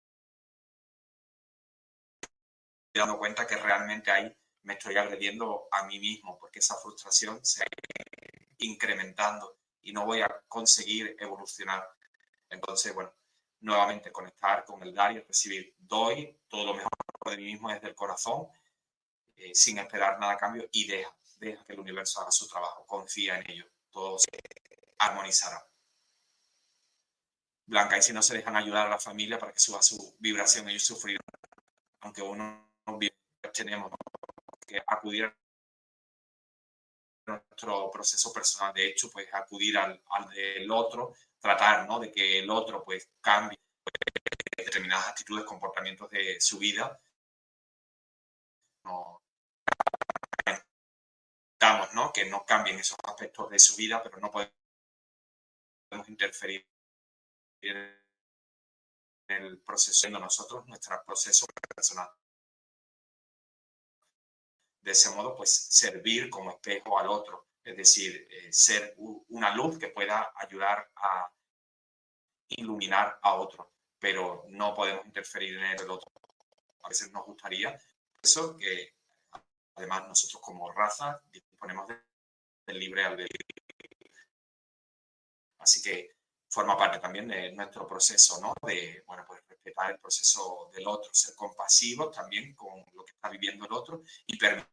Me dando cuenta que realmente ahí me estoy agrediendo a mí mismo, porque esa frustración se va incrementando y no voy a conseguir evolucionar. Entonces, bueno, nuevamente conectar con el dar y el recibir. Doy todo lo mejor de mí mismo desde el corazón, eh, sin esperar nada a cambio, y deja, deja que el universo haga su trabajo. Confía en ello. Todo se armonizará. Blanca, y si no se dejan ayudar a la familia para que suba su vibración, ellos sufrirán. Aunque uno no vive, tenemos que acudir a nuestro proceso personal. De hecho, pues acudir al, al del otro, tratar, ¿no?, de que el otro pues cambie determinadas actitudes, comportamientos de su vida. No, lamentamos, ¿no?, que no cambien esos aspectos de su vida, pero no podemos interferir en el proceso de nosotros, nuestro proceso personal. De ese modo, pues servir como espejo al otro, es decir, eh, ser una luz que pueda ayudar a iluminar a otro, pero no podemos interferir en el otro. A veces nos gustaría eso, que además nosotros como raza disponemos del libre albedrío. Así que forma parte también de nuestro proceso, ¿no?, de, bueno, pues respetar el proceso del otro, ser compasivos también con lo que está viviendo el otro y permitirle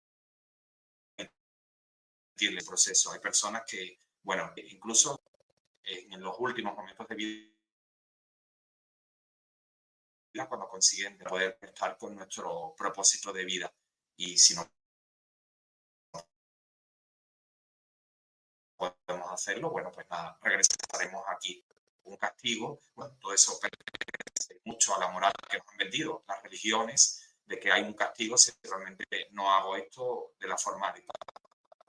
el proceso. Hay personas que, bueno, incluso en los últimos momentos de vida, cuando consiguen poder estar con nuestro propósito de vida. Y si no podemos hacerlo, bueno, pues nada, regresaremos aquí. Un castigo, bueno, todo eso pertenece mucho a la moral que nos han vendido las religiones, de que hay un castigo si realmente no hago esto de la forma adecuada.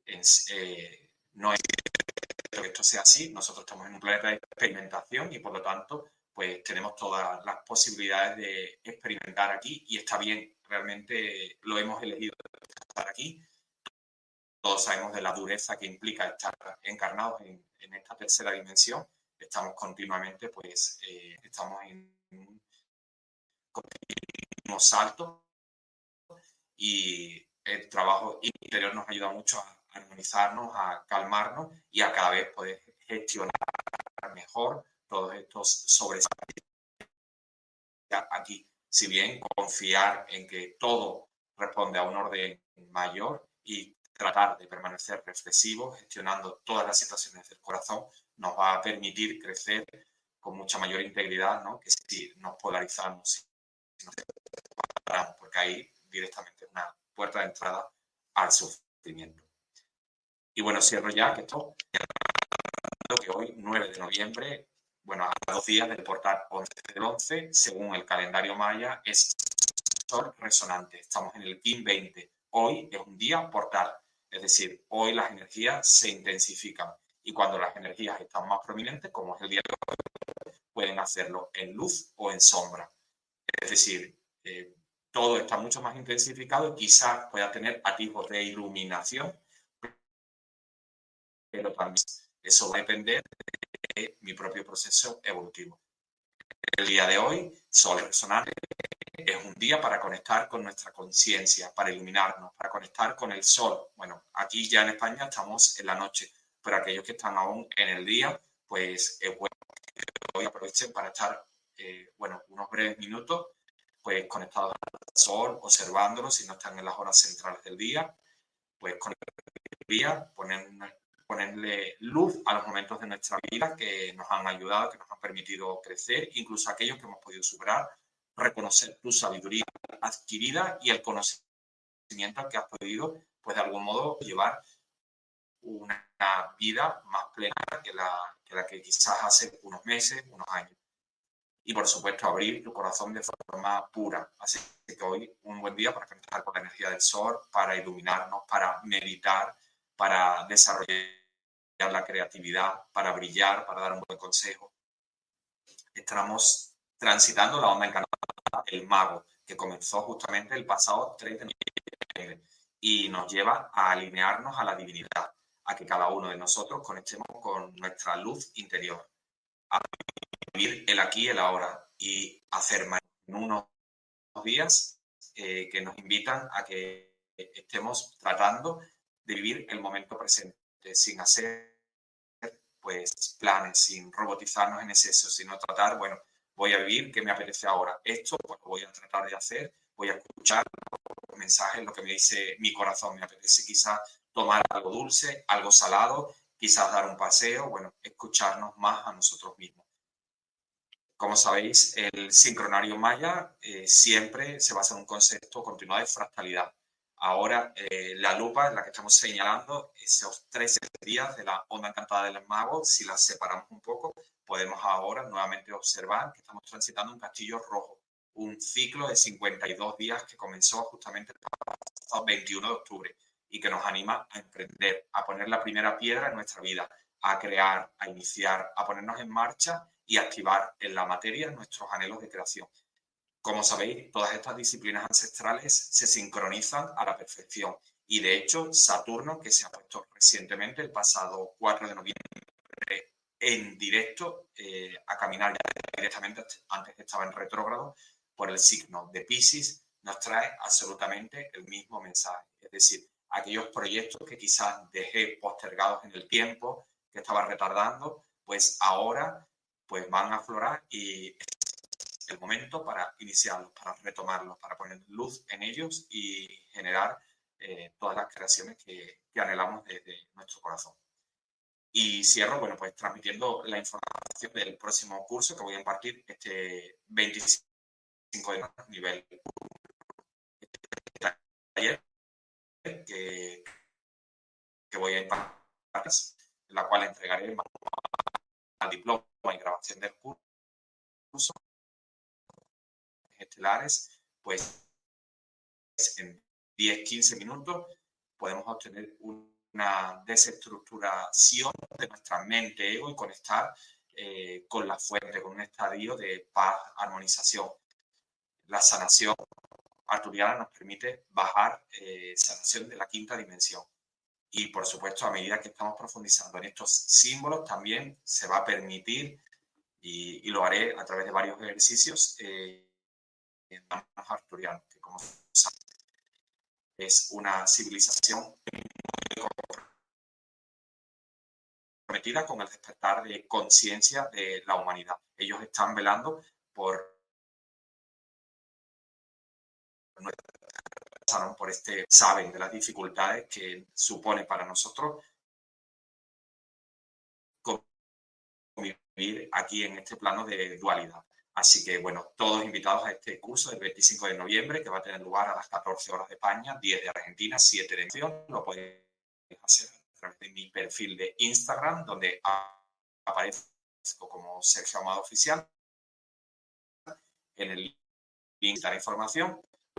en, eh, no es que esto sea así. Nosotros estamos en un planeta de experimentación y por lo tanto pues tenemos todas las posibilidades de experimentar aquí y está bien, realmente lo hemos elegido estar aquí. Todos sabemos de la dureza que implica estar encarnados en, en esta tercera dimensión. Estamos continuamente, pues, eh, estamos en un continuo salto y el trabajo interior nos ayuda mucho a armonizarnos, a calmarnos y a cada vez poder gestionar mejor todos estos sobresaltos aquí. Si bien confiar en que todo responde a un orden mayor y tratar de permanecer reflexivos, gestionando todas las situaciones del corazón, nos va a permitir crecer con mucha mayor integridad, ¿no? Que si nos polarizamos, si nos separamos, porque ahí directamente es una puerta de entrada al sufrimiento. Y bueno, cierro ya que esto, que hoy, nueve de noviembre, bueno, a dos días del portal once del once, según el calendario maya, es Sol resonante. Estamos en el Kin veinte. Hoy es un día portal, es decir, hoy las energías se intensifican y cuando las energías están más prominentes, como es el día de hoy, pueden hacerlo en luz o en sombra. Es decir, eh, todo está mucho más intensificado y quizás pueda tener atisbos de iluminación, pero también eso va a depender de mi propio proceso evolutivo. El día de hoy, Sol resonante, es un día para conectar con nuestra conciencia, para iluminarnos, para conectar con el sol. Bueno, aquí ya en España estamos en la noche, pero aquellos que están aún en el día, pues es bueno que hoy aprovechen para estar, eh, bueno, unos breves minutos, pues conectados al sol, observándolo, si no están en las horas centrales del día, pues con el día, poner, ponerle luz a los momentos de nuestra vida que nos han ayudado, que nos han permitido crecer, incluso aquellos que hemos podido superar, reconocer tu sabiduría adquirida y el conocimiento que has podido, pues de algún modo, llevar una vida más plena que la que, la que quizás hace unos meses, unos años. Y por supuesto, abrir tu corazón de forma pura. Así que hoy un buen día para conectar con la energía del sol, para iluminarnos, para meditar, para desarrollar la creatividad, para brillar, para dar un buen consejo. Estamos transitando la onda encantada del mago, que comenzó justamente el pasado treinta de noviembre y nos lleva a alinearnos a la divinidad, a que cada uno de nosotros conectemos con nuestra luz interior, a vivir el aquí y el ahora y hacer más en unos días eh, que nos invitan a que estemos tratando de vivir el momento presente sin hacer pues planes, sin robotizarnos en exceso, sino tratar, bueno, voy a vivir qué me apetece ahora. Esto pues, lo voy a tratar de hacer, voy a escuchar los mensajes, lo que me dice mi corazón. Me apetece quizás tomar algo dulce, algo salado, quizás dar un paseo, bueno, escucharnos más a nosotros mismos. Como sabéis, el sincronario maya eh, siempre se basa en un concepto continuado de fractalidad. Ahora, eh, la lupa en la que estamos señalando esos trece días de la onda encantada del mago, si las separamos un poco, podemos ahora nuevamente observar que estamos transitando un castillo rojo, un ciclo de cincuenta y dos días que comenzó justamente el pasado veintiuno de octubre y que nos anima a emprender, a poner la primera piedra en nuestra vida, a crear, a iniciar, a ponernos en marcha y activar en la materia nuestros anhelos de creación. Como sabéis, todas estas disciplinas ancestrales se sincronizan a la perfección y de hecho Saturno, que se ha puesto recientemente el pasado cuatro de noviembre en directo eh, a caminar ya directamente, antes estaba en retrógrado, por el signo de Piscis, nos trae absolutamente el mismo mensaje. Es decir, aquellos proyectos que quizás dejé postergados en el tiempo, que estaba retardando, pues ahora pues van a aflorar y el momento para iniciarlos, para retomarlos, para poner luz en ellos y generar eh, todas las creaciones que, que anhelamos desde nuestro corazón. Y cierro, bueno, pues transmitiendo la información del próximo curso que voy a impartir este veinticinco de marzo, nivel taller, que, que voy a impartir, en la cual entregaré el diploma y grabación del curso estelares, pues en diez a quince minutos podemos obtener un una desestructuración de nuestra mente, ego y conectar eh, con la fuente, con un estadio de paz, armonización. La sanación arturiana nos permite bajar eh, sanación de la quinta dimensión. Y, por supuesto, a medida que estamos profundizando en estos símbolos, también se va a permitir, y, y lo haré a través de varios ejercicios, eh, en manos arturianos, que como saben, es una civilización comprometida con el despertar de conciencia de la humanidad. Ellos están velando por por este, saben de las dificultades que supone para nosotros convivir aquí en este plano de dualidad. Así que, bueno, todos invitados a este curso del veinticinco de noviembre, que va a tener lugar a las catorce horas de España, diez de Argentina, siete de Acción. Lo podéis hacer a través de mi perfil de Instagram, donde aparezco como Sergio Amado Oficial. En el link de la información,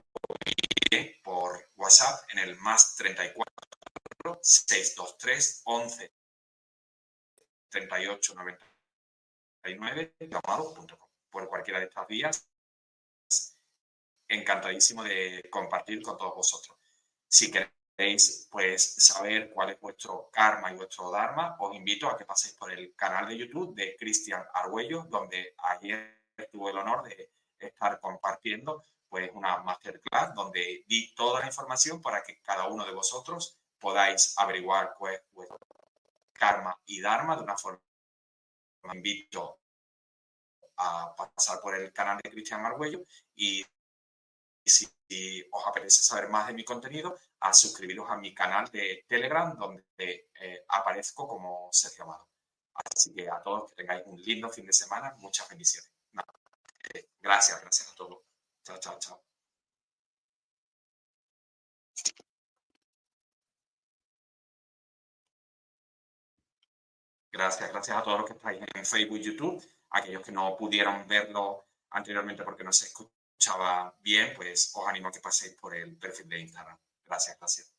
por WhatsApp en el más treinta y cuatro, seiscientos veintitrés, once, treinta y ocho, noventa y nueve, amado punto com. Por cualquiera de estas vías, encantadísimo de compartir con todos vosotros. Si queréis pues, saber cuál es vuestro karma y vuestro dharma, os invito a que paséis por el canal de YouTube de Cristian Argüello, donde ayer tuve el honor de estar compartiendo pues, una masterclass donde di toda la información para que cada uno de vosotros podáis averiguar pues, vuestro karma y dharma de una forma. Os invito a pasar por el canal de Cristian Argüello y si os apetece saber más de mi contenido, a suscribiros a mi canal de Telegram, donde eh, aparezco como Sergio Amado. Así que a todos que tengáis un lindo fin de semana, muchas bendiciones. No, eh, gracias, gracias a todos. Chao, chao, chao. Gracias, gracias a todos los que estáis en Facebook y YouTube. Aquellos que no pudieron verlo anteriormente porque no se escuchaba bien, pues os animo a que paséis por el perfil de Instagram. Gracias, gracias.